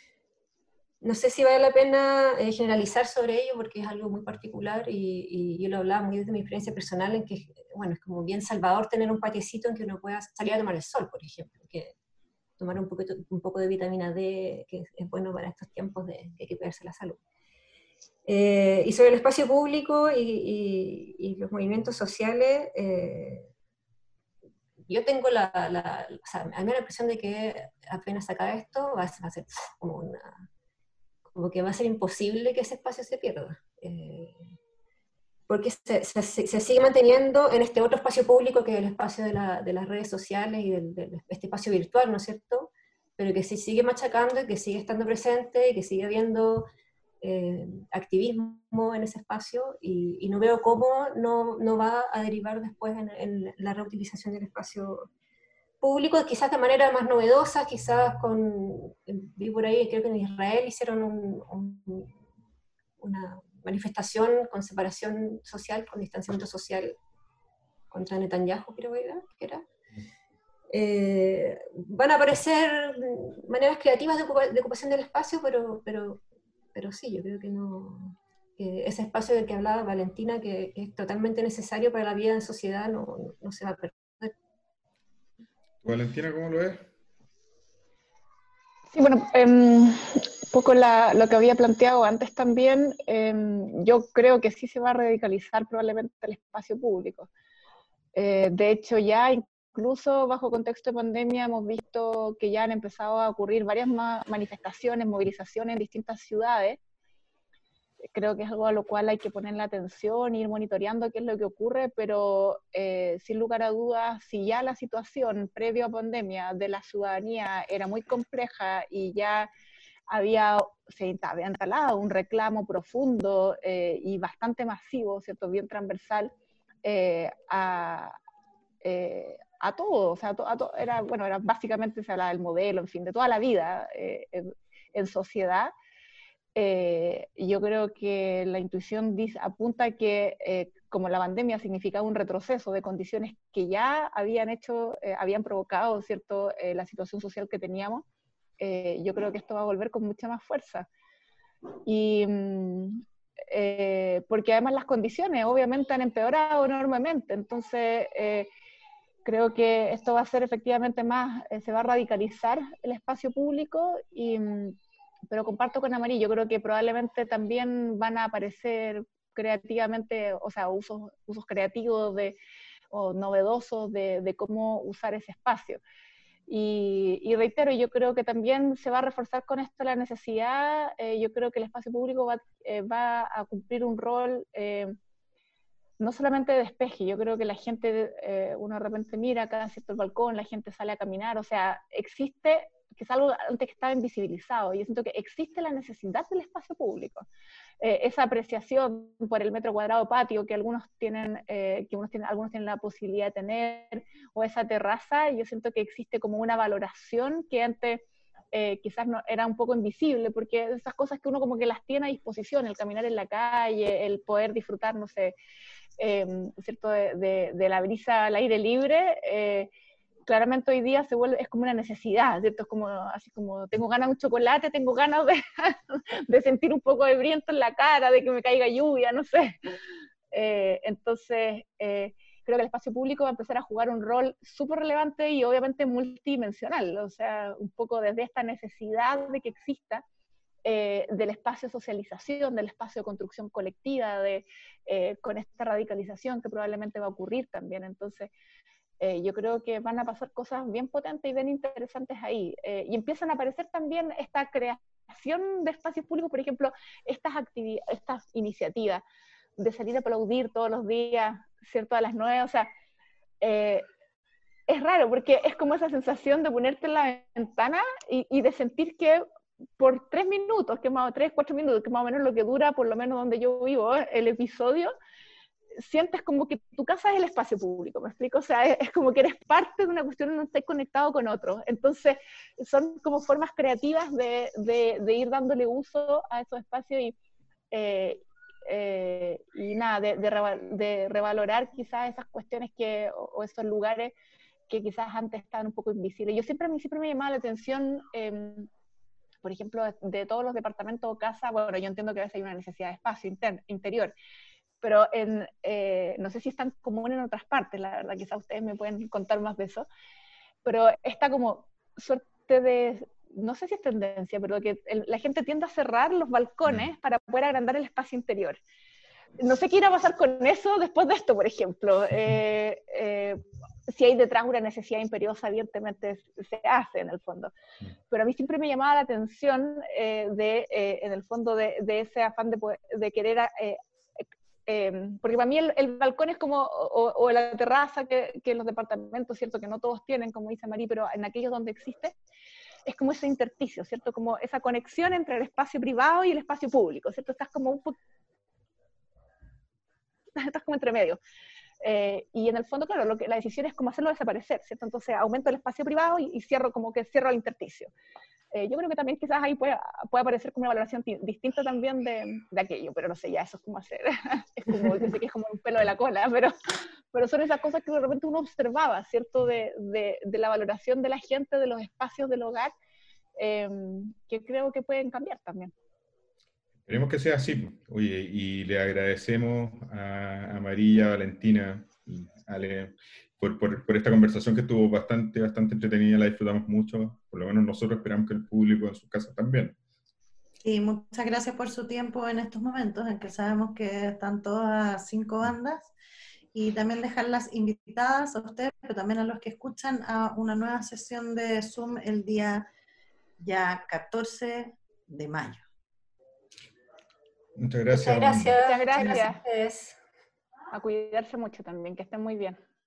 no sé si vale la pena eh, generalizar sobre ello porque es algo muy particular y, y yo lo hablaba muy desde mi experiencia personal en que, bueno, es como bien salvador tener un patiecito en que uno pueda salir a tomar el sol, por ejemplo, que tomar un, poquito, un poco de vitamina D, que es, es bueno para estos tiempos de que hay que cuidarse la salud. Eh, y sobre el espacio público y, y, y los movimientos sociales, eh, yo tengo la, la, o sea, a mí me da la impresión de que apenas acabe esto va a, va a ser como una, como que va a ser imposible que ese espacio se pierda. Eh, porque se, se, se, sigue manteniendo en este otro espacio público que es el espacio de, la, de las redes sociales y del, de este espacio virtual, ¿no es cierto? Pero que se sigue machacando y que sigue estando presente y que sigue habiendo eh, activismo en ese espacio y, y no veo cómo no, no va a derivar después en, en la reutilización del espacio público, quizás de manera más novedosa, quizás con, vi por ahí, creo que en Israel hicieron un, un, una manifestación con separación social, con distanciamiento social contra Netanyahu, creo que era. Eh, van a aparecer maneras creativas de, ocupa, de ocupación del espacio, pero, pero, pero sí, yo creo que no, que ese espacio del que hablaba Valentina, que, que es totalmente necesario para la vida en sociedad, no, no, no se va a perder. Valentina, ¿cómo lo ves? Sí, bueno, eh, un poco la, lo que había planteado antes también, eh, yo creo que sí se va a radicalizar probablemente el espacio público. Eh, de hecho, ya incluso bajo contexto de pandemia hemos visto que ya han empezado a ocurrir varias ma manifestaciones, movilizaciones en distintas ciudades, creo que es algo a lo cual hay que ponerle atención, ir monitoreando qué es lo que ocurre, pero eh, sin lugar a dudas, si ya la situación previo a pandemia de la ciudadanía era muy compleja y ya había, se había instalado un reclamo profundo eh, y bastante masivo, ¿cierto? Bien transversal eh, a, eh, a todo, o sea, a to, a to, era, bueno, era básicamente se hablaba del modelo, en fin, de toda la vida eh, en, en sociedad. Eh, yo creo que la intuición dice, apunta que eh, como la pandemia significaba un retroceso de condiciones que ya habían hecho, eh, habían provocado, ¿cierto?, eh, la situación social que teníamos, eh, yo creo que esto va a volver con mucha más fuerza. Y eh, porque además las condiciones obviamente han empeorado enormemente, entonces eh, creo que esto va a ser efectivamente más, eh, se va a radicalizar el espacio público y pero comparto con Amarí, yo creo que probablemente también van a aparecer creativamente, o sea, usos, usos creativos de, o novedosos de, de cómo usar ese espacio. Y, y reitero, yo creo que también se va a reforzar con esto la necesidad, eh, yo creo que el espacio público va, eh, va a cumplir un rol eh, no solamente de despeje, yo creo que la gente, eh, uno de repente mira acá, ¿cierto?, el balcón, la gente sale a caminar, o sea, existe, que es algo antes que estaba invisibilizado, y yo siento que existe la necesidad del espacio público. Eh, esa apreciación por el metro cuadrado patio que algunos tienen, eh, que unos tienen, algunos tienen la posibilidad de tener, o esa terraza, yo siento que existe como una valoración que antes eh, quizás no, era un poco invisible, porque esas cosas que uno como que las tiene a disposición, el caminar en la calle, el poder disfrutar, no sé, eh, ¿cierto?, de, de, de la brisa al aire libre, eh, claramente hoy día se vuelve, es como una necesidad, ¿cierto? Es como, así como, tengo ganas de un chocolate, tengo ganas de, de sentir un poco de viento en la cara, de que me caiga lluvia, no sé. Eh, entonces, eh, creo que el espacio público va a empezar a jugar un rol súper relevante y obviamente multidimensional, o sea, un poco desde esta necesidad de que exista, eh, del espacio de socialización, del espacio de construcción colectiva, de, eh, con esta radicalización que probablemente va a ocurrir también. Entonces, Eh, yo creo que van a pasar cosas bien potentes y bien interesantes ahí. Eh, y empiezan a aparecer también esta creación de espacios públicos, por ejemplo, estas, estas iniciativas de salir a aplaudir todos los días, ¿cierto?, a las nueve, o sea, eh, es raro porque es como esa sensación de ponerte en la ventana y, y de sentir que por tres minutos, que más, tres, cuatro minutos, que más o menos lo que dura, por lo menos donde yo vivo, el episodio, sientes como que tu casa es el espacio público, ¿me explico? O sea, es, es como que eres parte de una cuestión y no estás conectado con otros. Entonces, son como formas creativas de, de, de ir dándole uso a esos espacios y, eh, eh, y nada, de, de, de revalorar quizás esas cuestiones que, o, o esos lugares que quizás antes estaban un poco invisibles. Yo siempre, a mí siempre me llamaba la atención, eh, por ejemplo, de, de todos los departamentos o casas, bueno, yo entiendo que a veces hay una necesidad de espacio inter, interior, pero en, eh, no sé si es tan común en otras partes, la verdad, quizás ustedes me pueden contar más de eso, pero está como suerte de, no sé si es tendencia, pero que el, la gente tiende a cerrar los balcones para poder agrandar el espacio interior. No sé qué irá a pasar con eso después de esto, por ejemplo. Eh, eh, si hay detrás una necesidad imperiosa, evidentemente se hace en el fondo. Pero a mí siempre me llamaba la atención eh, de, eh, en el fondo, de, de ese afán de, poder, de querer... Eh, Eh, porque para mí el, el balcón es como, o, o la terraza que, que los departamentos, ¿cierto?, que no todos tienen, como dice Marí, pero en aquellos donde existe, es como ese intersticio, ¿cierto?, como esa conexión entre el espacio privado y el espacio público, ¿cierto? Estás como un poco, estás como entre medio. Eh, y en el fondo, claro, lo que, la decisión es como hacerlo desaparecer, ¿cierto? Entonces aumento el espacio privado y, y cierro, como que cierro el intersticio. Eh, yo creo que también quizás ahí puede, puede aparecer como una valoración distinta también de, de aquello, pero no sé, ya eso es como hacer, es como, yo sé que es como un pelo de la cola, pero, pero son esas cosas que de repente uno observaba, ¿cierto? De, de, de la valoración de la gente, de los espacios del hogar, eh, que creo que pueden cambiar también. Esperemos que sea así. Oye, y le agradecemos a, a María, Valentina y Ale por, por, por esta conversación que estuvo bastante, bastante entretenida, la disfrutamos mucho, por lo menos nosotros esperamos que el público en sus casas también. Sí, muchas gracias por su tiempo en estos momentos en que sabemos que están todas cinco bandas, y también dejarlas invitadas a ustedes, pero también a los que escuchan, a una nueva sesión de Zoom el día ya catorce de mayo. Muchas gracias. Muchas gracias. Muchas gracias. a ustedes. A cuidarse mucho también, que estén muy bien.